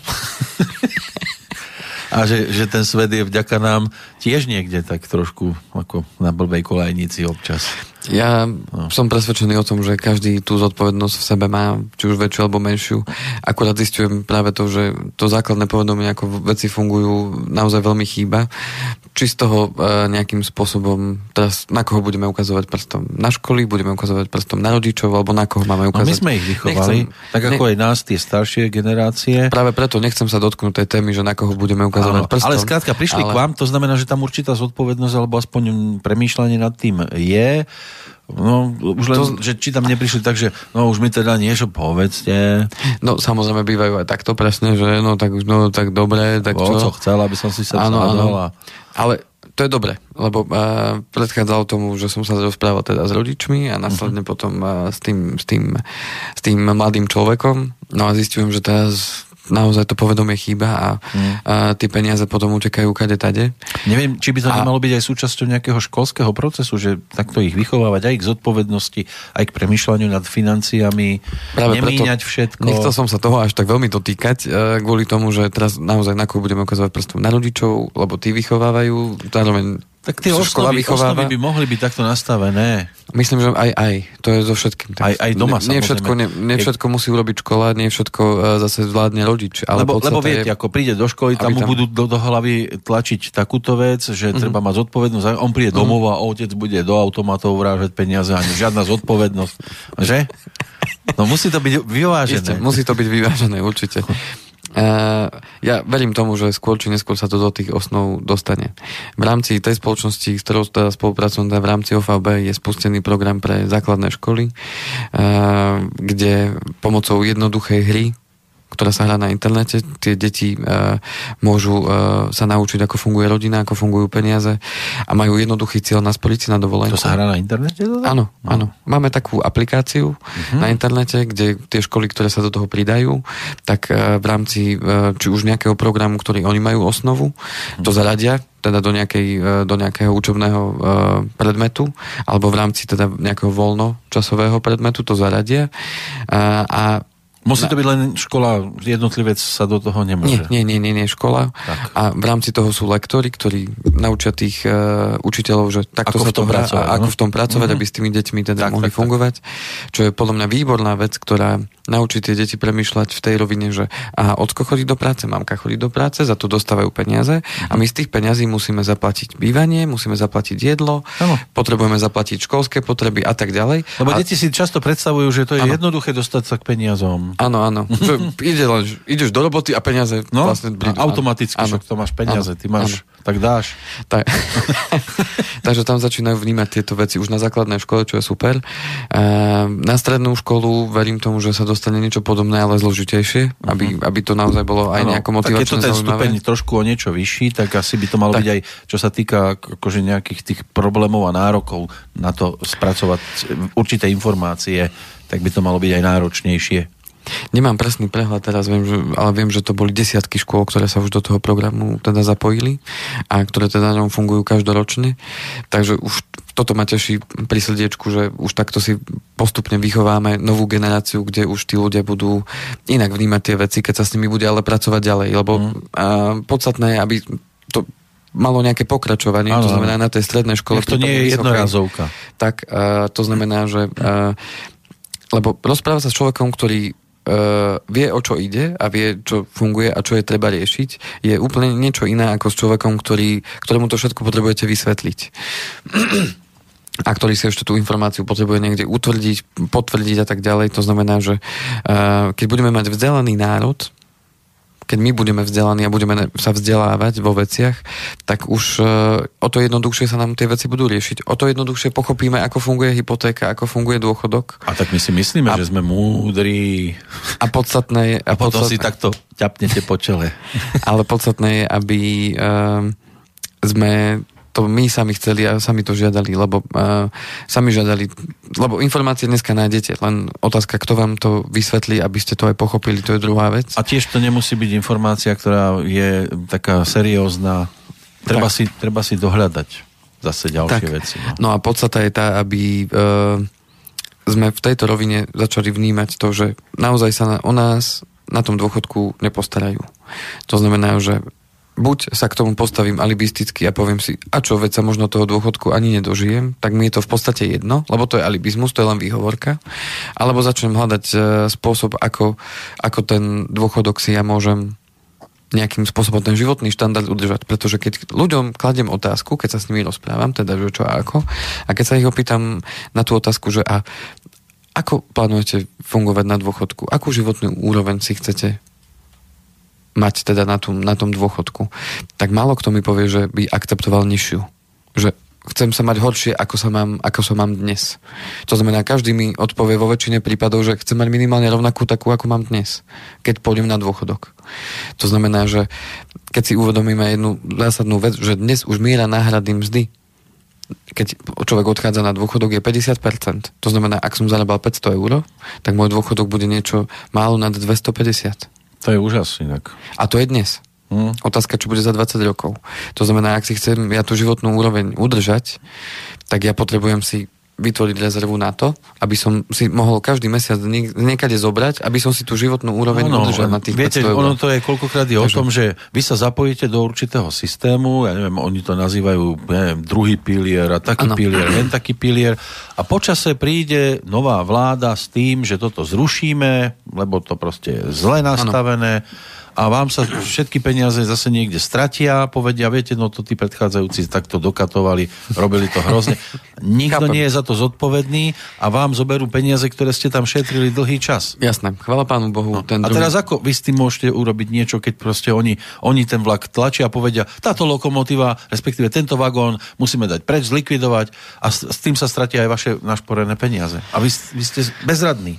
A že ten svet je vďaka nám tiež niekde tak trošku ako na blbej kolajnici občas. Ja som presvedčený o tom, že každý tú zodpovednosť v sebe má, či už väčšiu alebo menšiu. Akurát zistujem práve to, že to základné povedomie, ako veci fungujú, naozaj veľmi chýba. Či z toho nejakým spôsobom, teraz na koho budeme ukazovať prstom? Na školy, budeme ukazovať prstom na rodičov, alebo na koho máme ukázať? No my sme ich vychovali, tak ako aj nás, tie staršie generácie. Práve preto nechcem sa dotknúť tej témy, že na koho budeme ukazovať prstom. Ale skrátka, prišli k vám, to znamená, že tam určitá zodpovednosť, alebo aspoň premýšľanie nad tým je. No, už len, že či tam neprišli tak, že no už mi teda niečo povedzte. No, samozrejme bývajú aj takto presne, že no tak dobre, tak čo? Co chcel, aby som si sa sadol. Ale to je dobre, lebo predchádzalo tomu, že som sa rozprával teda s rodičmi a následne potom s tým mladým človekom. No a zistujem, že teraz naozaj to povedomie chýba a tie peniaze potom utekajú kade tade. Neviem, či by to nemalo byť aj súčasťou nejakého školského procesu, že takto ich vychovávať aj k zodpovednosti, aj k premýšľaniu nad financiami, nemíňať všetko. Nechcel som sa toho až tak veľmi dotýkať, kvôli tomu, že teraz naozaj na koho budeme ukazovať prstom na rodičov, lebo tí vychovávajú, zároveň tak tie osnovy by mohli byť takto nastavené. Myslím, že aj. To je so všetkým. Aj doma samozrejme. Nie všetko musí urobiť škola, nie všetko zase zvládne rodič. Ale lebo viete, ako príde do školy, tam mu budú do hlavy tlačiť takúto vec, že treba mať zodpovednosť. On príde domov a otec bude do automatov vrážať peniaze a žiadna zodpovednosť. Že? No musí to byť vyvážené. Isté, musí to byť vyvážené, určite. Ja verím tomu, že skôr či neskôr sa to do tých osnov dostane. V rámci tej spoločnosti, s ktorou teda spolupracujem, v rámci OVB je spustený program pre základné školy, kde pomocou jednoduchej hry, ktorá sa hrá na internete, tie deti môžu sa naučiť, ako funguje rodina, ako fungujú peniaze a majú jednoduchý cieľ nasporiť si na dovolenku. To sa hrá na internete? Áno. Máme takú aplikáciu na internete, kde tie školy, ktoré sa do toho pridajú, tak v rámci či už nejakého programu, ktorý oni majú osnovu, to zaradia teda do nejakého učebného predmetu, alebo v rámci teda nejakého voľnočasového predmetu to zaradia a musí to byť len škola, jednotlivec sa do toho nemôže. Nie, škola. Tak. A v rámci toho sú lektori, ktorí naučia tých učiteľov, že takto ako sa to hrá a ako v tom pracovať, aby s tými deťmi teda mohli fungovať. Čo je podľa mňa výborná vec, ktorá naučí tie deti premýšľať v tej rovine, že ocko chodí do práce, mamka chodí do práce, za to dostávajú peniaze a my z tých peňazí musíme zaplatiť bývanie, musíme zaplatiť jedlo, potrebujeme zaplatiť školské potreby a tak ďalej. Lebo deti si často predstavujú, že to je jednoduché dostať sa k peniazom. Áno. Ideš do roboty a peniaze vlastne prídu. Automaticky, však to máš peniaze, ty máš, tak dáš. Takže tam začínajú vnímať tieto veci už na základnej škole, čo je super. Na strednú školu verím tomu, že sa dostane niečo podobné, ale zložitejšie, aby to naozaj bolo aj nejako motivačné. Tak je to ten stupeň trošku o niečo vyšší, tak asi by to malo byť aj, čo sa týka akože nejakých tých problémov a nárokov na to spracovať určité informácie, tak by to malo byť aj náročnejšie. Nemám presný prehľad teraz, ale viem, že to boli desiatky škôl, ktoré sa už do toho programu teda zapojili a ktoré teda na ňom fungujú každoročne. Takže už toto ma teší pri srdiečku, že už takto si postupne vychováme novú generáciu, kde už tí ľudia budú inak vnímať tie veci, keď sa s nimi bude ale pracovať ďalej. Lebo podstatné je, aby to malo nejaké pokračovanie, to znamená na tej strednej škole. To nie je jednorazovka. Tak to znamená, že lebo rozpráva sa s človekom, ktorý vie, o čo ide a vie, čo funguje a čo je treba riešiť, je úplne niečo iné ako s človekom, ktorému to všetko potrebujete vysvetliť. A ktorý si ešte tú informáciu potrebuje niekde utvrdiť, potvrdiť a tak ďalej. To znamená, že keď budeme mať vzdelaný národ, keď my budeme vzdelaní a budeme sa vzdelávať vo veciach, tak už o to jednoduchšie sa nám tie veci budú riešiť. O to jednoduchšie pochopíme, ako funguje hypotéka, ako funguje dôchodok. A tak my si myslíme, že sme múdri. A podstatné je... A potom si takto ťapnete po čele. Ale podstatné je, aby sme to my sami chceli a sami to žiadali, lebo sami žiadali, lebo informácie dneska nájdete, len otázka, kto vám to vysvetlí, aby ste to aj pochopili, to je druhá vec. A tiež to nemusí byť informácia, ktorá je taká seriózna. Treba si dohľadať zase ďalšie veci. No a podstata je tá, aby sme v tejto rovine začali vnímať to, že naozaj sa o nás na tom dôchodku nepostarajú. To znamená, že buď sa k tomu postavím alibisticky a poviem si, a čo, veď sa možno toho dôchodku ani nedožijem, tak mi je to v podstate jedno, lebo to je alibizmus, to je len výhovorka, alebo začnem hľadať spôsob, ako ten dôchodok si ja môžem nejakým spôsobom ten životný štandard udržať, pretože keď ľuďom kladiem otázku, keď sa s nimi rozprávam, teda že čo a ako, a keď sa ich opýtam na tú otázku, že a ako plánujete fungovať na dôchodku, akú životnú úroveň si chcete mať teda na tom dôchodku, tak málo kto mi povie, že by akceptoval nižšiu. Že chcem sa mať horšie, ako sa mám dnes. To znamená, každý mi odpovie vo väčšine prípadov, že chcem mať minimálne rovnakú takú, ako mám dnes, keď pôjdem na dôchodok. To znamená, že keď si uvedomíme jednu zásadnú vec, že dnes už miera náhrady mzdy, keď človek odchádza na dôchodok, je 50%. To znamená, ak som zarábal 500 eur, tak môj dôchodok bude niečo málo nad 250. To je úžas inak. A to je dnes. Otázka, čo bude za 20 rokov. To znamená, ak si chcem ja tú životnú úroveň udržať, tak ja potrebujem si vytvoriť rezervu na to, aby som si mohol každý mesiac niekade zobrať, aby som si tú životnú úroveň udržal na tých 500 eur. Ono to je koľkokrát o tom, že vy sa zapojíte do určitého systému, ja neviem, oni to nazývajú, druhý pilier a taký pilier, len taký pilier a počase príde nová vláda s tým, že toto zrušíme, lebo to proste je zle nastavené. A vám sa všetky peniaze zase niekde stratia, povedia, viete, no to tí predchádzajúci takto dokatovali, robili to hrozne. Nikto nie je za to zodpovedný a vám zoberú peniaze, ktoré ste tam šetrili dlhý čas. Jasné, chvála Pánu Bohu. No. A teraz ako vy s tým môžete urobiť niečo, keď proste oni ten vlak tlačia a povedia, táto lokomotíva, respektíve tento vagón musíme dať preč, zlikvidovať a s tým sa stratia aj vaše našporené peniaze. A vy ste bezradní.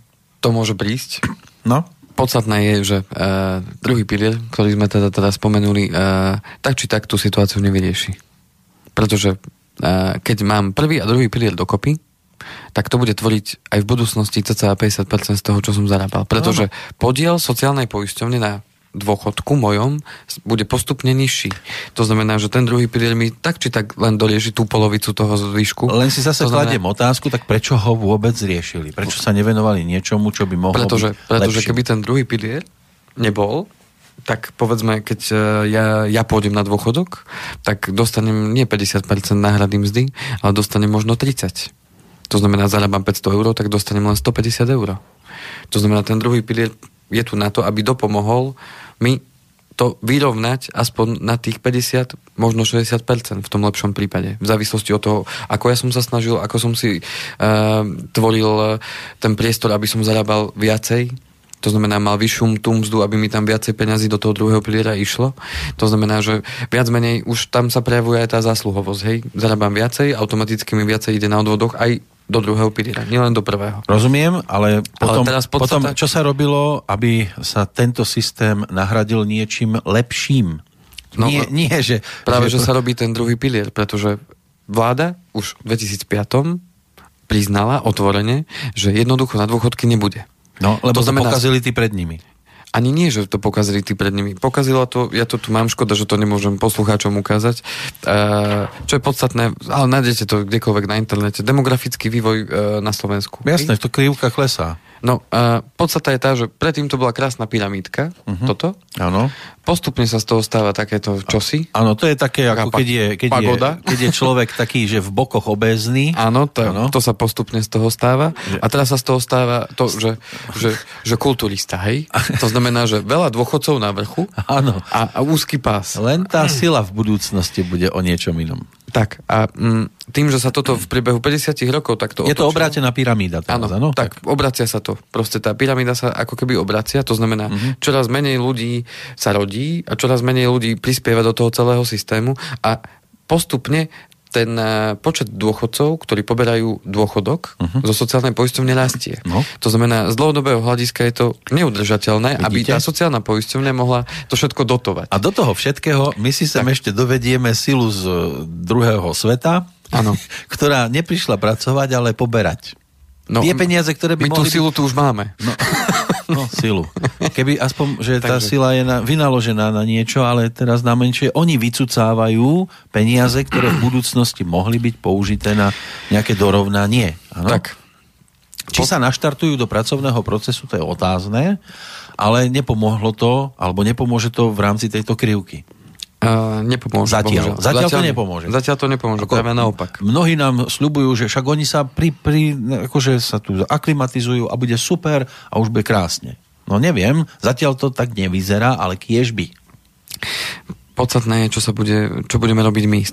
To môže prísť. No? Podstatné je, že druhý pilier, ktorý sme teda spomenuli, tak či tak tú situáciu nevyrieši. Pretože keď mám prvý a druhý pilier dokopy, tak to bude tvoriť aj v budúcnosti cca 50% z toho, čo som zarábal. Pretože podiel sociálnej poisťovne na dôchodku mojom bude postupne nižší. To znamená, že ten druhý pilier mi tak či tak len dorieši tú polovicu toho zvyšku. Len si zase kladiem otázku, tak prečo ho vôbec riešili? Prečo sa nevenovali niečomu, čo by mohlo byť pretože keby ten druhý pilier nebol, tak povedzme, keď ja pôjdem na dôchodok, tak dostanem nie 50% náhrady mzdy, ale dostanem možno 30%. To znamená, zarábam 500 eur, tak dostanem len 150 eur. To znamená, ten druhý pilier je tu na to, aby dopomohol mi to vyrovnať aspoň na tých 50, možno 60% v tom lepšom prípade. V závislosti od toho, ako ja som sa snažil, ako som si tvoril ten priestor, aby som zarábal viacej. To znamená, mal vyššiu tú mzdu, aby mi tam viacej peňazí do toho druhého piliera išlo. To znamená, že viac menej už tam sa prejavuje aj tá zásluhovosť. Hej, zarábam viacej, automaticky mi viacej ide na odvodoch aj do druhého piliera, nielen do prvého. Rozumiem, ale potom čo sa robilo, aby sa tento systém nahradil niečím lepším? No, práve, že sa robí ten druhý pilier, pretože vláda už v 2005 priznala otvorene, že jednoducho na dôchodky nebude. No, lebo to pokazili tí pred nimi. Ani nie, že to pokazili tí pred nimi. Pokazila to, ja to tu mám, škoda, že to nemôžem poslucháčom ukázať. Čo je podstatné, ale nájdete to kdekoľvek na internete, demografický vývoj na Slovensku. Jasné, to krivka klesá. No, podstata je tá, že predtým to bola krásna pyramídka, toto. Áno. Postupne sa z toho stáva takéto čosi. Áno, to je také, ako keď je človek taký, že v bokoch obézny. Áno, to sa postupne z toho stáva. A teraz sa z toho stáva to, že kulturista, hej? To znamená, že veľa dôchodcov na vrchu. Áno. A úzky pás. Len tá sila v budúcnosti bude o niečom inom. Tak, a tým, že sa toto v priebehu 50 rokov takto otočilo... Je to obrátená pyramída. Áno, tak obracia sa to. Proste tá pyramída sa ako keby obracia, to znamená, čoraz menej ľudí sa rodí a čoraz menej ľudí prispieva do toho celého systému a postupne ten počet dôchodcov, ktorí poberajú dôchodok zo sociálnej poisťovne rastie. No. To znamená, z dlhodobého hľadiska je to neudržateľné, aby tá sociálna poisťovňa mohla to všetko dotovať. A do toho všetkého my si sem ešte dovedieme silu z druhého sveta, ktorá neprišla pracovať, ale poberať. No, tie peniaze, ktoré by mohli... My tú silu tu už máme. No, silu. Keby aspoň, že tá sila je vynaložená na niečo, ale teraz na menšie oni vycucávajú peniaze, ktoré v budúcnosti mohli byť použité na nejaké dorovnanie. Ano? Tak. Či sa naštartujú do pracovného procesu, to je otázne, ale nepomohlo to, alebo nepomôže to v rámci tejto krivky. Nepomôže. Zatiaľ to nepomôže. Zatiaľ to nepomôže, práve naopak. Mnohí nám sľubujú, že však oni sa akože sa tu aklimatizujú a bude super a už bude krásne. No neviem, zatiaľ to tak nevyzerá, ale kiež by. Podstatné je, čo budeme robiť my s tým.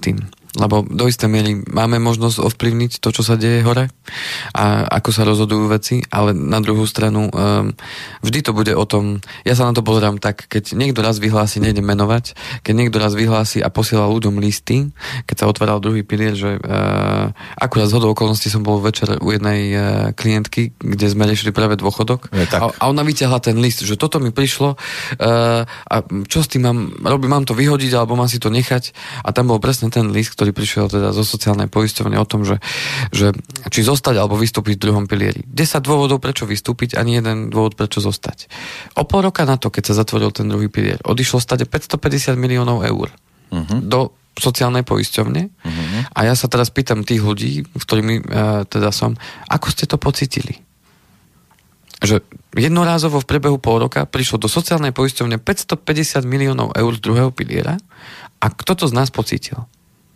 Lebo do istej miery máme možnosť ovplyvniť to, čo sa deje hore a ako sa rozhodujú veci, ale na druhú stranu vždy to bude o tom, ja sa na to pozerám tak, keď niekto raz vyhlási, nejdem menovať, keď niekto raz vyhlási a posiela ľuďom listy, keď sa otváral druhý pilier, že akurát zhodou okolností som bol večer u jednej klientky, kde sme riešili práve dôchodok a ona vyťahla ten list, že toto mi prišlo a čo s tým mám to vyhodiť alebo mám si to nechať a tam bol presne ten list, ktorý prišiel teda zo sociálnej poisťovne o tom, že či zostať alebo vystúpiť v druhom pilieri. 10 dôvodov, prečo vystúpiť, ani jeden dôvod, prečo zostať. O pol roka na to, keď sa zatvoril ten druhý pilier, odišlo stade 550 miliónov eur do sociálnej poisťovne a ja sa teraz pýtam tých ľudí, s ktorými teda som, ako ste to pocítili? Že jednorázovo v priebehu pol roka prišlo do sociálnej poisťovne 550 miliónov eur z druhého piliera a kto to z nás pocítil?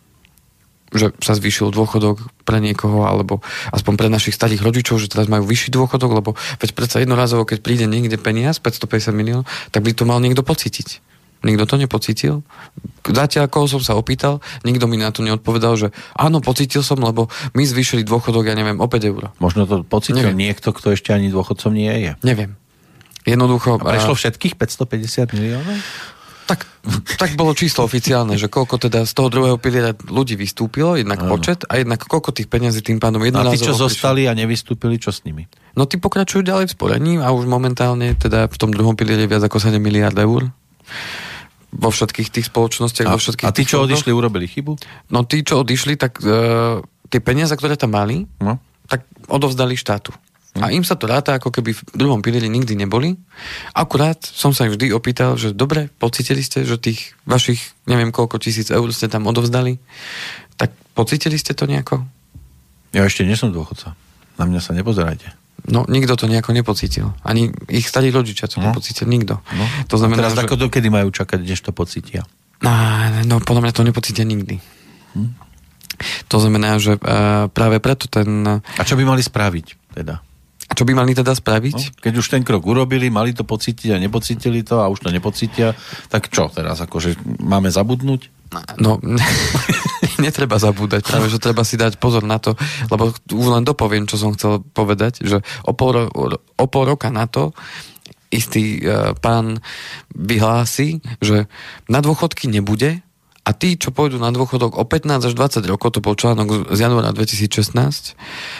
Že sa zvýšil dôchodok pre niekoho, alebo aspoň pre našich starých rodičov, že teraz majú vyšší dôchodok, lebo veď predsa jednorazovo, keď príde niekde peniaz, 550 miliónov, tak by to mal niekto pocítiť. Nikto to nepocítil. Zatiaľ, koho som sa opýtal, nikto mi na to neodpovedal, že áno, pocítil som, lebo my zvýšili dôchodok, ja neviem, o 5 eur. Možno to pocítil niekto, kto ešte ani dôchodcom nie je. Neviem. Jednoducho... A prešlo všetkých 550 miliónov? Tak bolo číslo oficiálne, že koľko teda z toho druhého piliera ľudí vystúpilo, jednak počet a jednak koľko tých peniazí tým pádom jednorázovo. A tí, čo zostali a nevystúpili, čo s nimi? No tí pokračujú ďalej v sporení a už momentálne teda v tom druhom pilieri viac ako 7 miliárd eur. Vo všetkých tých spoločnostiach. A tí, čo odišli, urobili chybu? No tí, čo odišli, tak tie peniaze, ktoré tam mali, tak odovzdali štátu. A im sa to ráta, ako keby v druhom pilieri nikdy neboli. Akurát som sa vždy opýtal, že dobre, pocítili ste, že tých vašich, neviem koľko tisíc eur ste tam odovzdali, tak pocítili ste to nejako? Ja ešte nie som dôchodca. Na mňa sa nepozerajte. No, nikto to nejako nepocítil. Ani ich starí rodičia to nepocítil. Nikto. No. To znamená, teraz ako dokedy majú čakať, než to pocítia? No, podľa mňa to nepocítia nikdy. To znamená, že práve preto ten... A čo by mali spraviť teda? A čo by mali teda spraviť? No, keď už ten krok urobili, mali to pocítiť a nepocítili to a už to nepocítia, tak čo teraz? Akože máme zabudnúť? No, netreba zabúdať, práve, že treba si dať pozor na to, lebo už len dopoviem, čo som chcel povedať, že o pol roka na to istý pán vyhlási, že na dôchodky nebude a tí, čo pôjdu na dôchodok o 15 až 20 rokov, to bol článok z januára 2016,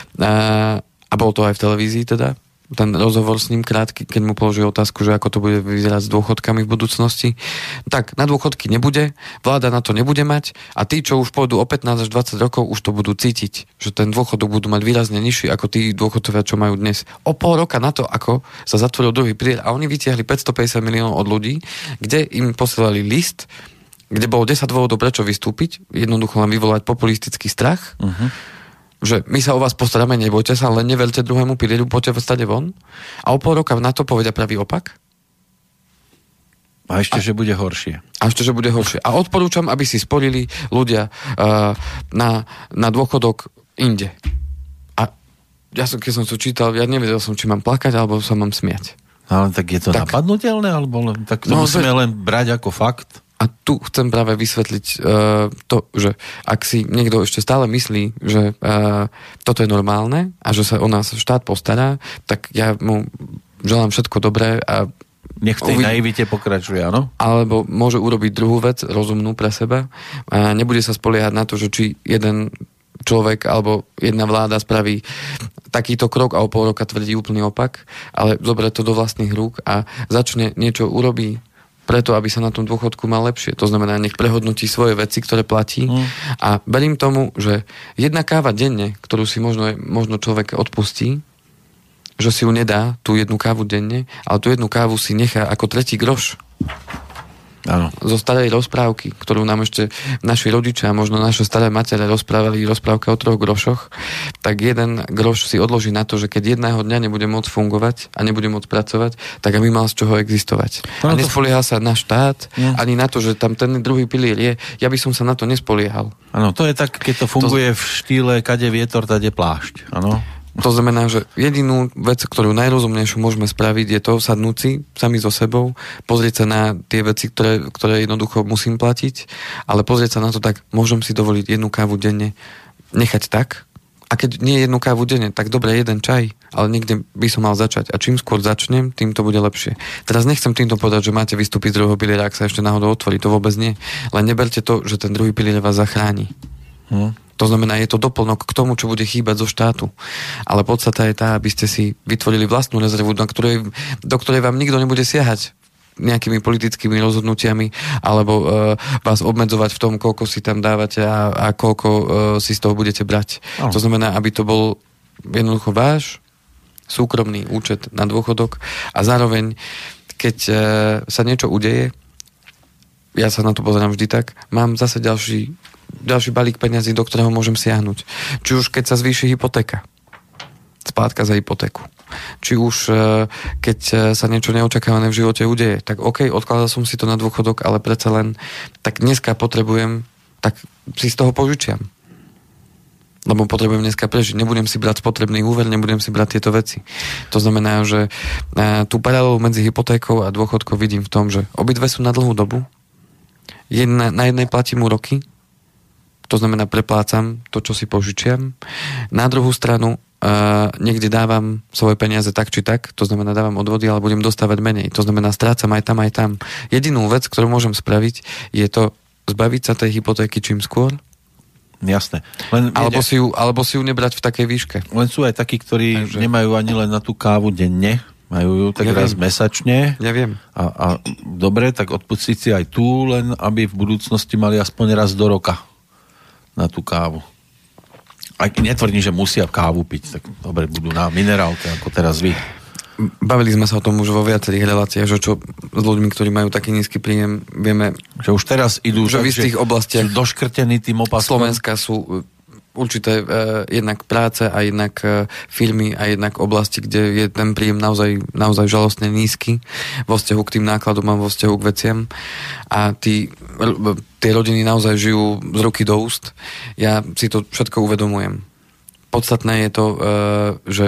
a bol to aj v televízii teda, ten rozhovor s ním krátky, keď mu položil otázku, že ako to bude vyzerať s dôchodkami v budúcnosti. Tak, na dôchodky nebude, vláda na to nebude mať a tí, čo už pôjdu o 15 až 20 rokov, už to budú cítiť, že ten dôchodok budú mať výrazne nižší ako tí dôchodcovia, čo majú dnes. O pol roka na to, ako sa zatvoril druhý pilier a oni vytiahli 550 miliónov od ľudí, kde im posielali list, kde bolo 10 dôvodov, prečo vystúpiť, jednoducho len vyvolať populistický strach, že my sa o vás postaráme, nebojte sa, len nevelte druhému pilieru, poďte stade von. A o pol roka na to povedia pravý opak. A ešte, že bude horšie. A odporúčam, aby si sporili ľudia na dôchodok inde. A ja som, keď som to čítal, ja nevedel som, či mám plakať, alebo sa mám smiať. Ale tak je to napadnutelné, alebo tak to musíme len brať ako fakt? A tu chcem práve vysvetliť to, že ak si niekto ešte stále myslí, že toto je normálne a že sa o nás štát postará, tak ja mu želám všetko dobré a nech v tej naivite pokračuje, áno? Alebo môže urobiť druhú vec, rozumnú pre seba a nebude sa spoliehať na to, že či jeden človek alebo jedna vláda spraví takýto krok a o pol roka tvrdí úplný opak, ale zoberie to do vlastných rúk a začne niečo urobí preto, aby sa na tom dôchodku mal lepšie. To znamená, nech prehodnotí svoje veci, ktoré platí. A verím tomu, že jedna káva denne, ktorú si možno človek odpustí, že si ju nedá, tú jednu kávu denne, ale tú jednu kávu si nechá ako tretí groš. Áno. Zo starej rozprávky, ktorú nám ešte naši rodičia a možno naše staré matere rozprávali, rozprávka o 3 grošoch, tak jeden groš si odloží na to, že keď jedného dňa nebude môcť fungovať a nebude môcť pracovať, tak aby mal z čoho existovať. A nespolieha sa na štát, ani na to, že tam ten druhý pilier je. Ja by som sa na to nespoliehal. Áno, to je tak, keď to funguje v štýle kade vietor, tade plášť. Áno. To znamená, že jedinú vec, ktorú najrozumnejšiu môžeme spraviť, je to sadnúť si sami so sebou, pozrieť sa na tie veci, ktoré jednoducho musím platiť, ale pozrieť sa na to tak, môžem si dovoliť jednu kávu denne, nechať tak. A keď nie jednu kávu denne, tak dobre, jeden čaj, ale niekde by som mal začať. A čím skôr začnem, tým to bude lepšie. Teraz nechcem týmto povedať, že máte vystúpiť z druhého piliera, ak sa ešte náhodou otvorí, to vôbec nie. Len neberte to, že ten druhý pilier vás zachráni. To znamená, je to doplnok k tomu, čo bude chýbať zo štátu. Ale podstata je tá, aby ste si vytvorili vlastnú rezervu, do ktorej vám nikto nebude siahať nejakými politickými rozhodnutiami alebo vás obmedzovať v tom, koľko si tam dávate a koľko si z toho budete brať. To znamená, aby to bol jednoducho váš súkromný účet na dôchodok a zároveň, keď sa niečo udeje, ja sa na to pozerám vždy tak, mám zase ďalší balík peňazí, do ktorého môžem siahnuť. Či už keď sa zvýši hypotéka, splátka za hypotéku. Či už keď sa niečo neočakávané v živote udeje, tak OK, odkladal som si to na dôchodok, ale predsa len tak dneska potrebujem, tak si z toho požičiam. Lebo potrebujem dneska prežiť. Nebudem si brať spotrebný úver, nebudem si brať tieto veci. To znamená, že tú paralelu medzi hypotékou a dôchodkou vidím v tom, že obidve sú na dlhú dobu. Na jednej platím úroky, to znamená preplácam to, čo si požičiam. Na druhú stranu niekde dávam svoje peniaze tak či tak, to znamená dávam odvody, ale budem dostávať menej. To znamená strácam aj tam. Jedinú vec, ktorú môžem spraviť, je to zbaviť sa tej hypotéky čím skôr. Jasné. Alebo si ju nebrať v takej výške. Len sú aj takí, ktorí nemajú ani len na tú kávu denne, majú ju tak raz mesačne. Ja viem. A dobre, tak odpustiť si aj tu, len aby v budúcnosti mali aspoň raz do roka na tú kávu. Aj netvrdím, že musia kávu piť, tak dobre, budú na minerálke, ako teraz vy. Bavili sme sa o tom už vo viacerých reláciách, že čo s ľuďmi, ktorí majú taký nízky príjem, vieme, že už teraz idú, že v istých oblastiach doškrtení tým opaskom. Slovenska sú určité jednak práce a jednak firmy a jednak oblasti, kde je ten príjem naozaj žalostne nízky vo vzťahu k tým nákladom a vo vzťahu k veciam. A tie rodiny naozaj žijú z ruky do úst. Ja si to všetko uvedomujem. Podstatné je to, že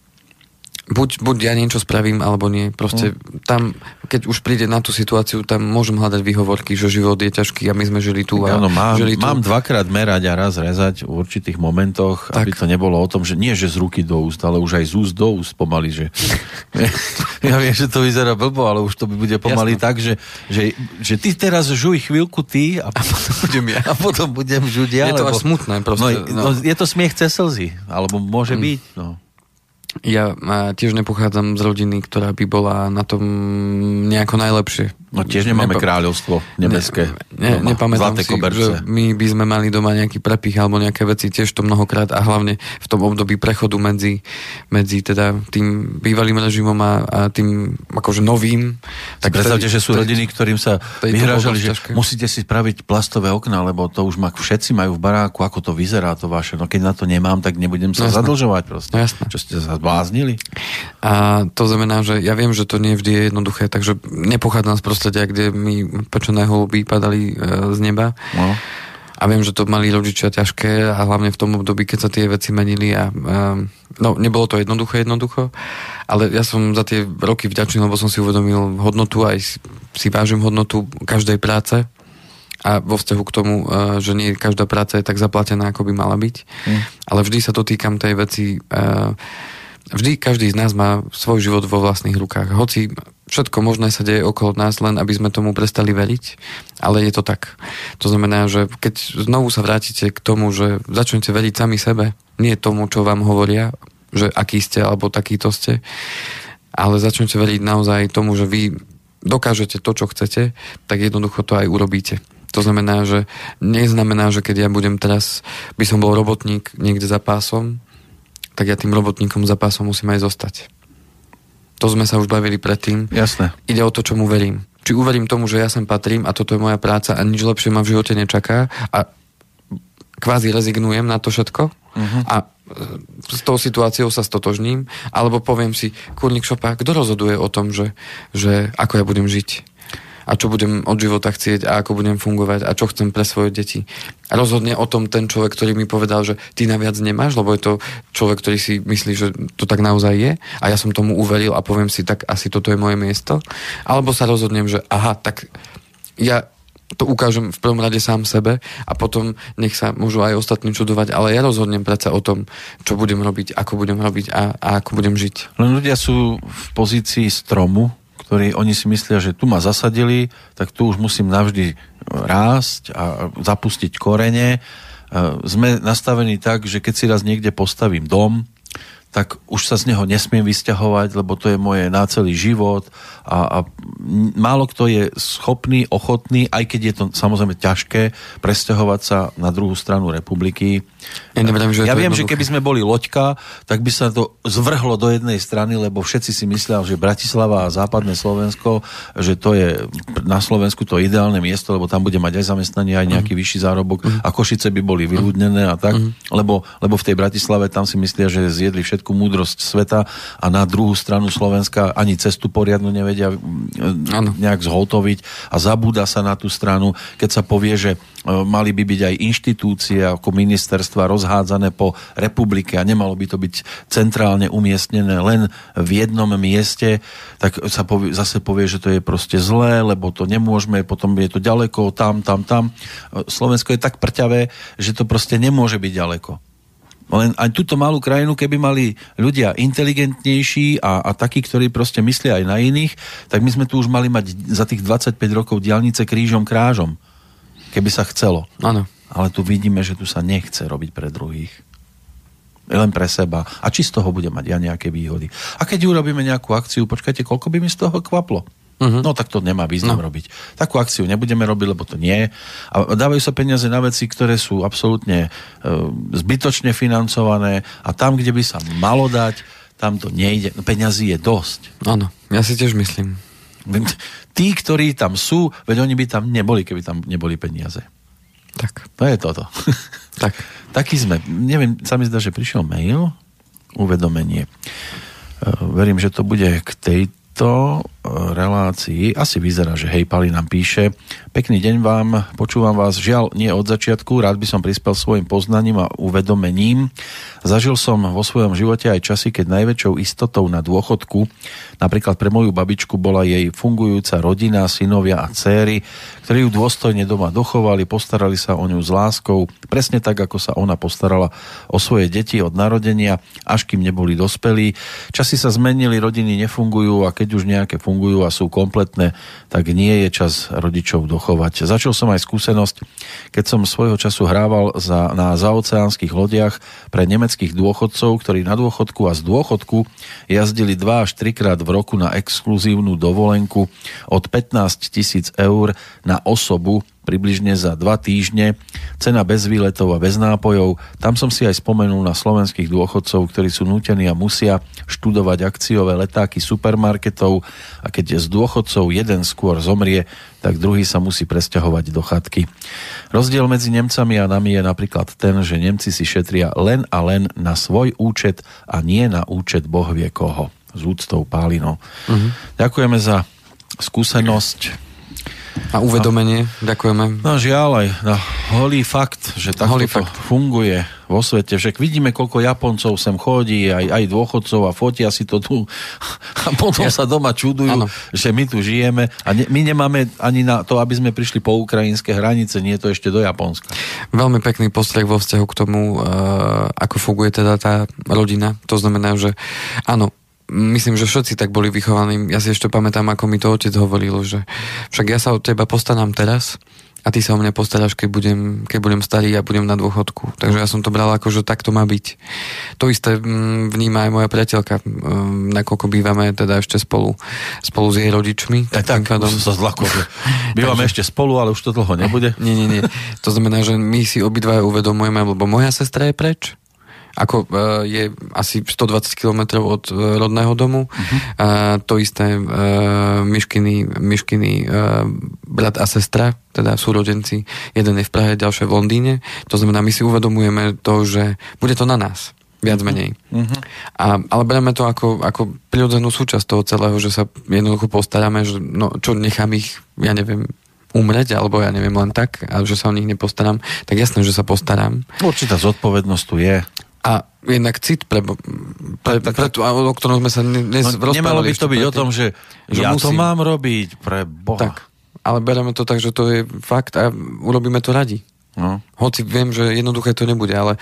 buď ja niečo spravím, alebo nie. Proste tam, keď už príde na tú situáciu, tam môžem hľadať výhovorky, že život je ťažký a my sme žili tu. Mám dvakrát merať a raz rezať v určitých momentoch, tak. Aby to nebolo o tom, že nie že z ruky do úst, ale už aj z úst do úst pomaly, že ja viem, že to vyzerá blbo, ale už to bude pomaly tak, že ty teraz žuj chvíľku ty a potom budem ja. A potom budem žuť ja. Je to až smutné proste. No, je to smiech cez slzy, alebo môže byť, no. Ja tiež nepochádzam z rodiny, ktorá by bola na tom nejako najlepšie. No tiež nemáme kráľovstvo nebeské. Nepamätám si, že my by sme mali doma nejaký prepich alebo nejaké veci, tiež to mnohokrát a hlavne v tom období prechodu medzi teda tým bývalým režimom a tým akože novým. Tak predstavte, že sú rodiny, ktorým sa vyhrážali, že musíte si spraviť plastové okná, lebo to už všetci majú v baráku, ako to vyzerá to vaše. No keď na to nemám, tak nebudem sa zadlžovať proste. Jasné. Čo ste sa zbláznili? A to znamená, že ja viem, že to nie vždy je jednoduché, takže nepochádzam z prostredia, kde mi pečené holuby padali z neba. No. A viem, že to mali rodičia ťažké a hlavne v tom období, keď sa tie veci menili a nebolo to jednoducho, ale ja som za tie roky vďačný, lebo som si uvedomil hodnotu, aj si vážim hodnotu každej práce a vo vzťahu k tomu, že nie každá práca je tak zaplatená, ako by mala byť. Ale vždy sa dotýkam tej veci. Vždy každý z nás má svoj život vo vlastných rukách. Hoci všetko možné sa deje okolo nás, len aby sme tomu prestali veriť, ale je to tak. To znamená, že keď znovu sa vrátite k tomu, že začnete veriť sami sebe, nie tomu, čo vám hovoria, že aký ste alebo takýto ste, ale začnete veriť naozaj tomu, že vy dokážete to, čo chcete, tak jednoducho to aj urobíte. To znamená, že neznamená, že keď ja budem teraz, by som bol robotník niekde za pásom, tak ja tým robotníkom za pásom musím aj zostať. To sme sa už bavili predtým. Jasné. Ide o to, čomu verím. Či uverím tomu, že ja sem patrím a toto je moja práca a nič lepšie ma v živote nečaká a kvázi rezignujem na to všetko a s tou situáciou sa stotožním, alebo poviem si, kurník šopa, kto rozhoduje o tom, že ako ja budem žiť? a čo budem od života chcieť a ako budem fungovať a čo chcem pre svoje deti. A rozhodne o tom ten človek, ktorý mi povedal, že ty naviac nemáš, lebo je to človek, ktorý si myslí, že to tak naozaj je a ja som tomu uveril a poviem si, tak asi toto je moje miesto. Alebo sa rozhodnem, že aha, tak ja to ukážem v prvom rade sám sebe a potom nech sa môžu aj ostatní čudovať, ale ja rozhodnem predsa o tom, čo budem robiť, ako budem robiť a ako budem žiť. Len ľudia sú v pozícii stromu, ktorí oni si myslia, že tu ma zasadili, tak tu už musím navždy rásť a zapustiť korene. Sme nastavení tak, že keď si raz niekde postavím dom, tak už sa z neho nesmiem vysťahovať, lebo to je moje na celý život a málo kto je schopný, ochotný, aj keď je to samozrejme ťažké, presťahovať sa na druhú stranu republiky. Ja viem, že keby sme boli loďka, tak by sa to zvrhlo do jednej strany, lebo všetci si myslia, že Bratislava a západné Slovensko, že to je na Slovensku to ideálne miesto, lebo tam bude mať aj zamestnanie, aj nejaký vyšší zárobok a Košice by boli vyľudnené a tak, lebo v tej Bratislave tam si myslia, že zjedli všetku múdrosť sveta a na druhú stranu Slovenska ani cestu poriadnu nevedia nejak zhotoviť a zabúda sa na tú stranu, keď sa povie, že mali by byť aj inštitúcie ako ministerstva rozhádzané po republike a nemalo by to byť centrálne umiestnené len v jednom mieste, tak sa zase povie, že to je proste zlé, lebo to nemôžeme, potom je to ďaleko, tam. Slovensko je tak prťavé, že to proste nemôže byť ďaleko. Len aj túto malú krajinu, keby mali ľudia inteligentnejší a takí, ktorí proste myslia aj na iných, tak my sme tu už mali mať za tých 25 rokov diaľnice krížom krážom. Keby sa chcelo. Áno. Ale tu vidíme, že tu sa nechce robiť pre druhých. Len pre seba. A či z toho bude mať ja nejaké výhody. A keď urobíme nejakú akciu, počkajte, koľko by mi z toho kvaplo? No tak to nemá význam robiť. Takú akciu nebudeme robiť, lebo to nie. A dávajú sa peniaze na veci, ktoré sú absolútne zbytočne financované a tam, kde by sa malo dať, tam to nejde. Peňazí je dosť. Áno, ja si tiež myslím. Tí, ktorí tam sú, veď oni by tam neboli, keby tam neboli peniaze. Tak. To je toto. Tak. Taký sme. Neviem, sa mi zdá, že prišiel mail, uvedomenie. Verím, že to bude k tejto relácii. Asi vyzerá, že hej, Pali nám píše. Pekný deň vám, počúvam vás, žiaľ nie od začiatku, rád by som prispel svojim poznaním a uvedomením. Zažil som vo svojom živote aj časy, keď najväčšou istotou na dôchodku, napríklad pre moju babičku, bola jej fungujúca rodina, synovia a dcéry, ktorí ju dôstojne doma dochovali, postarali sa o ňu s láskou, presne tak, ako sa ona postarala o svoje deti od narodenia, až kým neboli dospelí. Časy sa zmenili, rodiny nefungujú a keď už nejaké fungujú a sú kompletné, tak nie je čas rodičov dochovať. Začal som aj skúsenosť, keď som svojho času hrával na zaoceánskych lodiach pre nemeckých dôchodcov, ktorí na dôchodku a z dôchodku jazdili 2 až 3 krát v roku na exkluzívnu dovolenku od 15 000 eur na osobu, približne za 2 týždne, cena bez výletov a bez nápojov. Tam som si aj spomenul na slovenských dôchodcov, ktorí sú nútení a musia študovať akciové letáky supermarketov a keď z dôchodcov jeden skôr zomrie, tak druhý sa musí presťahovať do chatky. Rozdiel medzi Nemcami a nami je napríklad ten, že Nemci si šetria len a len na svoj účet a nie na účet Boh vie koho. S úctou, Pálino. Ďakujeme za skúsenosť. A uvedomenie, ďakujeme. No žiaľ aj na holý fakt, že takto to funguje vo svete. Však vidíme, koľko Japoncov sem chodí, aj dôchodcov a fotia si to tu a potom sa doma čudujú, že my tu žijeme a my nemáme ani na to, aby sme prišli po ukrajinské hranice, nie je to ešte do Japonska. Veľmi pekný postreh vo vzťahu k tomu, ako funguje teda tá rodina. To znamená, že áno, myslím, že všetci tak boli vychovaní. Ja si ešte pamätám, ako mi to otec hovoril, že však ja sa o teba postarám teraz a ty sa o mňa postaráš, keď budem starý a budem na dôchodku. Takže ja som to bral ako, že tak to má byť. To isté vníma aj moja priateľka, nakoľko bývame teda ešte spolu s jej rodičmi. Tak sa zlako, že bývame ešte spolu, ale už to dlho nebude. Nie. To znamená, že my si obidvaja uvedomujeme, lebo moja sestra je preč, ako je asi 120 km od rodného domu. To isté Myškiny brat a sestra, teda súrodenci. Jeden je v Prahe, ďalšie v Londýne. To znamená, my si uvedomujeme to, že bude to na nás. Viac menej. Ale bereme to ako prirodzenú súčasť toho celého, že sa jednoducho postaráme, že čo nechám ich, ja neviem, umreť, alebo ja neviem len tak, a že sa o nich nepostaram, tak jasné, že sa postaram. Určitá zodpovednosť tu je. A jednak cit pre o ktorom sme sa rozprávali. Nemalo by to byť o tom, že ja musím. To mám robiť pre Boha. Tak, ale bereme to tak, že to je fakt a urobíme to radi. No. Hoci viem, že jednoduché to nebude, ale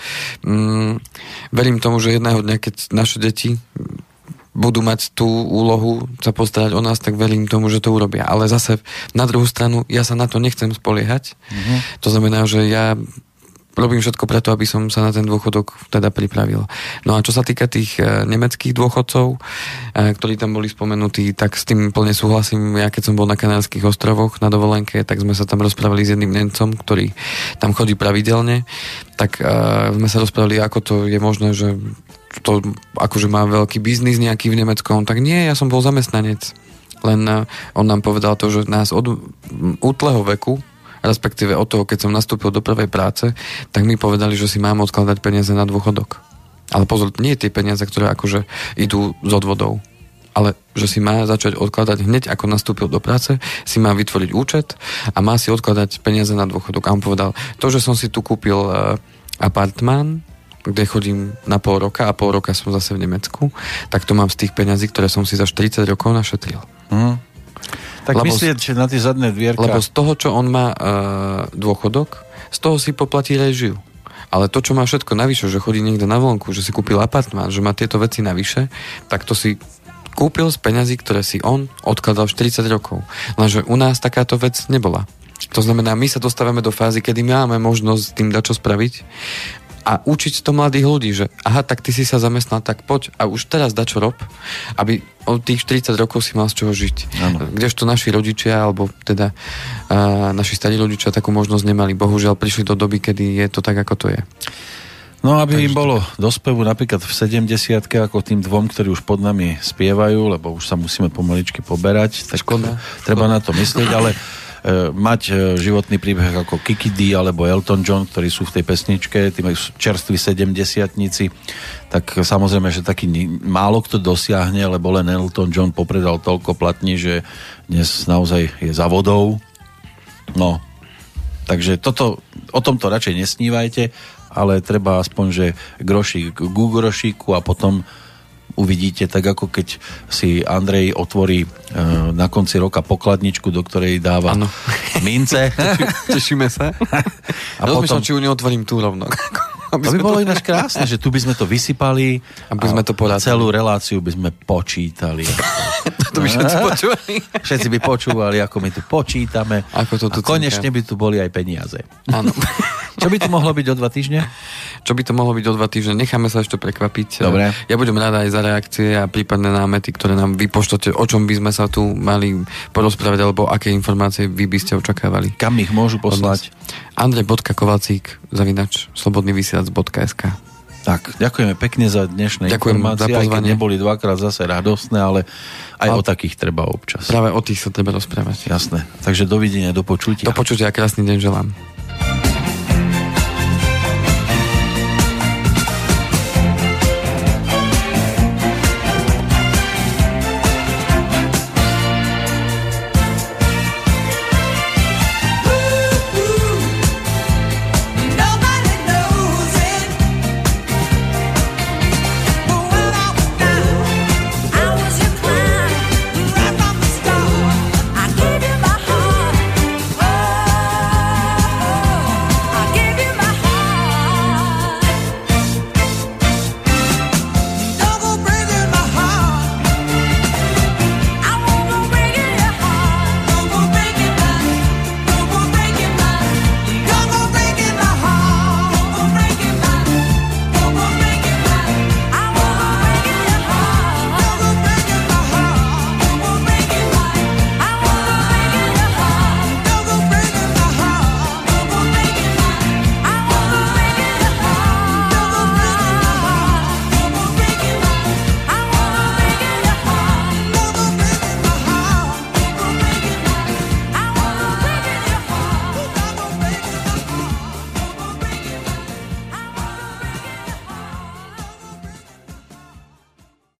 verím tomu, že jedného dňa, keď naše deti budú mať tú úlohu sa postarať o nás, tak verím tomu, že to urobia. Ale zase na druhú stranu, ja sa na to nechcem spoliehať. To znamená, že ja robím všetko preto, aby som sa na ten dôchodok teda pripravil. No a čo sa týka tých nemeckých dôchodcov, ktorí tam boli spomenutí, tak s tým plne súhlasím. Ja keď som bol na Kanárskych ostrovoch na dovolenke, tak sme sa tam rozprávali s jedným Nemcom, ktorý tam chodí pravidelne, tak sme sa rozprávali, ako to je možné, že to akože má veľký biznis nejaký v Nemecku. On tak nie, ja som bol zamestnanec. Len on nám povedal to, že nás od útleho veku, respektíve od toho, keď som nastúpil do prvej práce, tak mi povedali, že si mám odkladať peniaze na dôchodok. Ale pozor, nie tie peniaze, ktoré akože idú z odvodov, ale že si má začať odkladať hneď, ako nastúpil do práce, si má vytvoriť účet a má si odkladať peniaze na dôchodok. A on povedal, to, že som si tu kúpil apartmán, kde chodím na pol roka a pol roka som zase v Nemecku, tak to mám z tých peňazí, ktoré som si za 40 rokov našetril. Tak myslieť, že na tie zadné dvierka... Lebo z toho, čo on má dôchodok, z toho si poplatí režiu. Ale to, čo má všetko navyše, že chodí niekde na vonku, že si kúpil apartmán, že má tieto veci navyše, tak to si kúpil z peňazí, ktoré si on odkladal 40 rokov. Lenže u nás takáto vec nebola. To znamená, my sa dostávame do fázy, kedy máme možnosť s tým dať čo spraviť a učiť to mladých ľudí, že aha, tak ty si sa zamestnal, tak poď a už teraz dať čo rob, aby od tých 40 rokov si mal z čoho žiť. Ano. Kdežto naši rodičia, alebo teda naši starí rodičia takú možnosť nemali. Bohužiaľ prišli do doby, kedy je to tak, ako to je. No, aby im bolo do spevu napríklad v 70-ke, ako tým dvom, ktorí už pod nami spievajú, lebo už sa musíme pomaličky poberať, tak treba na to myslieť, ale mať životný príbeh ako Kiki D alebo Elton John, ktorí sú v tej pesničke, tí majú čerství 70-tnici, tak samozrejme, že taký málo kto dosiahne, lebo len Elton John popredal toľko platní, že dnes naozaj je za vodou. No, takže o tomto radšej nesnívajte, ale treba aspoň, že grošík k grošíku a potom uvidíte, tak ako keď si Andrej otvorí na konci roka pokladničku, do ktorej dáva mince. Tešíme sa. A rozmýšľam, či ju neotvorím tu rovno. To by bolo ináč krásne, že tu by sme to vysypali aby sme to porátali. Celú reláciu by sme počítali. To by všetci počúvali. Všetci by počúvali, ako my tu počítame. Ako to tu a konečne by tu boli aj peniaze. Áno. Čo by to mohlo byť o 2 týždne? Čo by to mohlo byť o 2 týždne? Necháme sa ešte prekvapiť. Dobre. Ja budem rád aj za reakcie a prípadné námety, ktoré nám vypošlete, o čom by sme sa tu mali porozprávať, alebo aké informácie vy by ste očakávali. Kam ich môžu poslať? Andrej.kovalcík@slobodnyvysielac.sk. Tak, ďakujeme pekne za dnešné informácie, aj keď neboli dvakrát zase radostné, ale aj o takých treba občas. Práve o tých sa treba rozprávať. Jasné. Takže dovidenia, do počutia. Do počutia a krásny deň želám.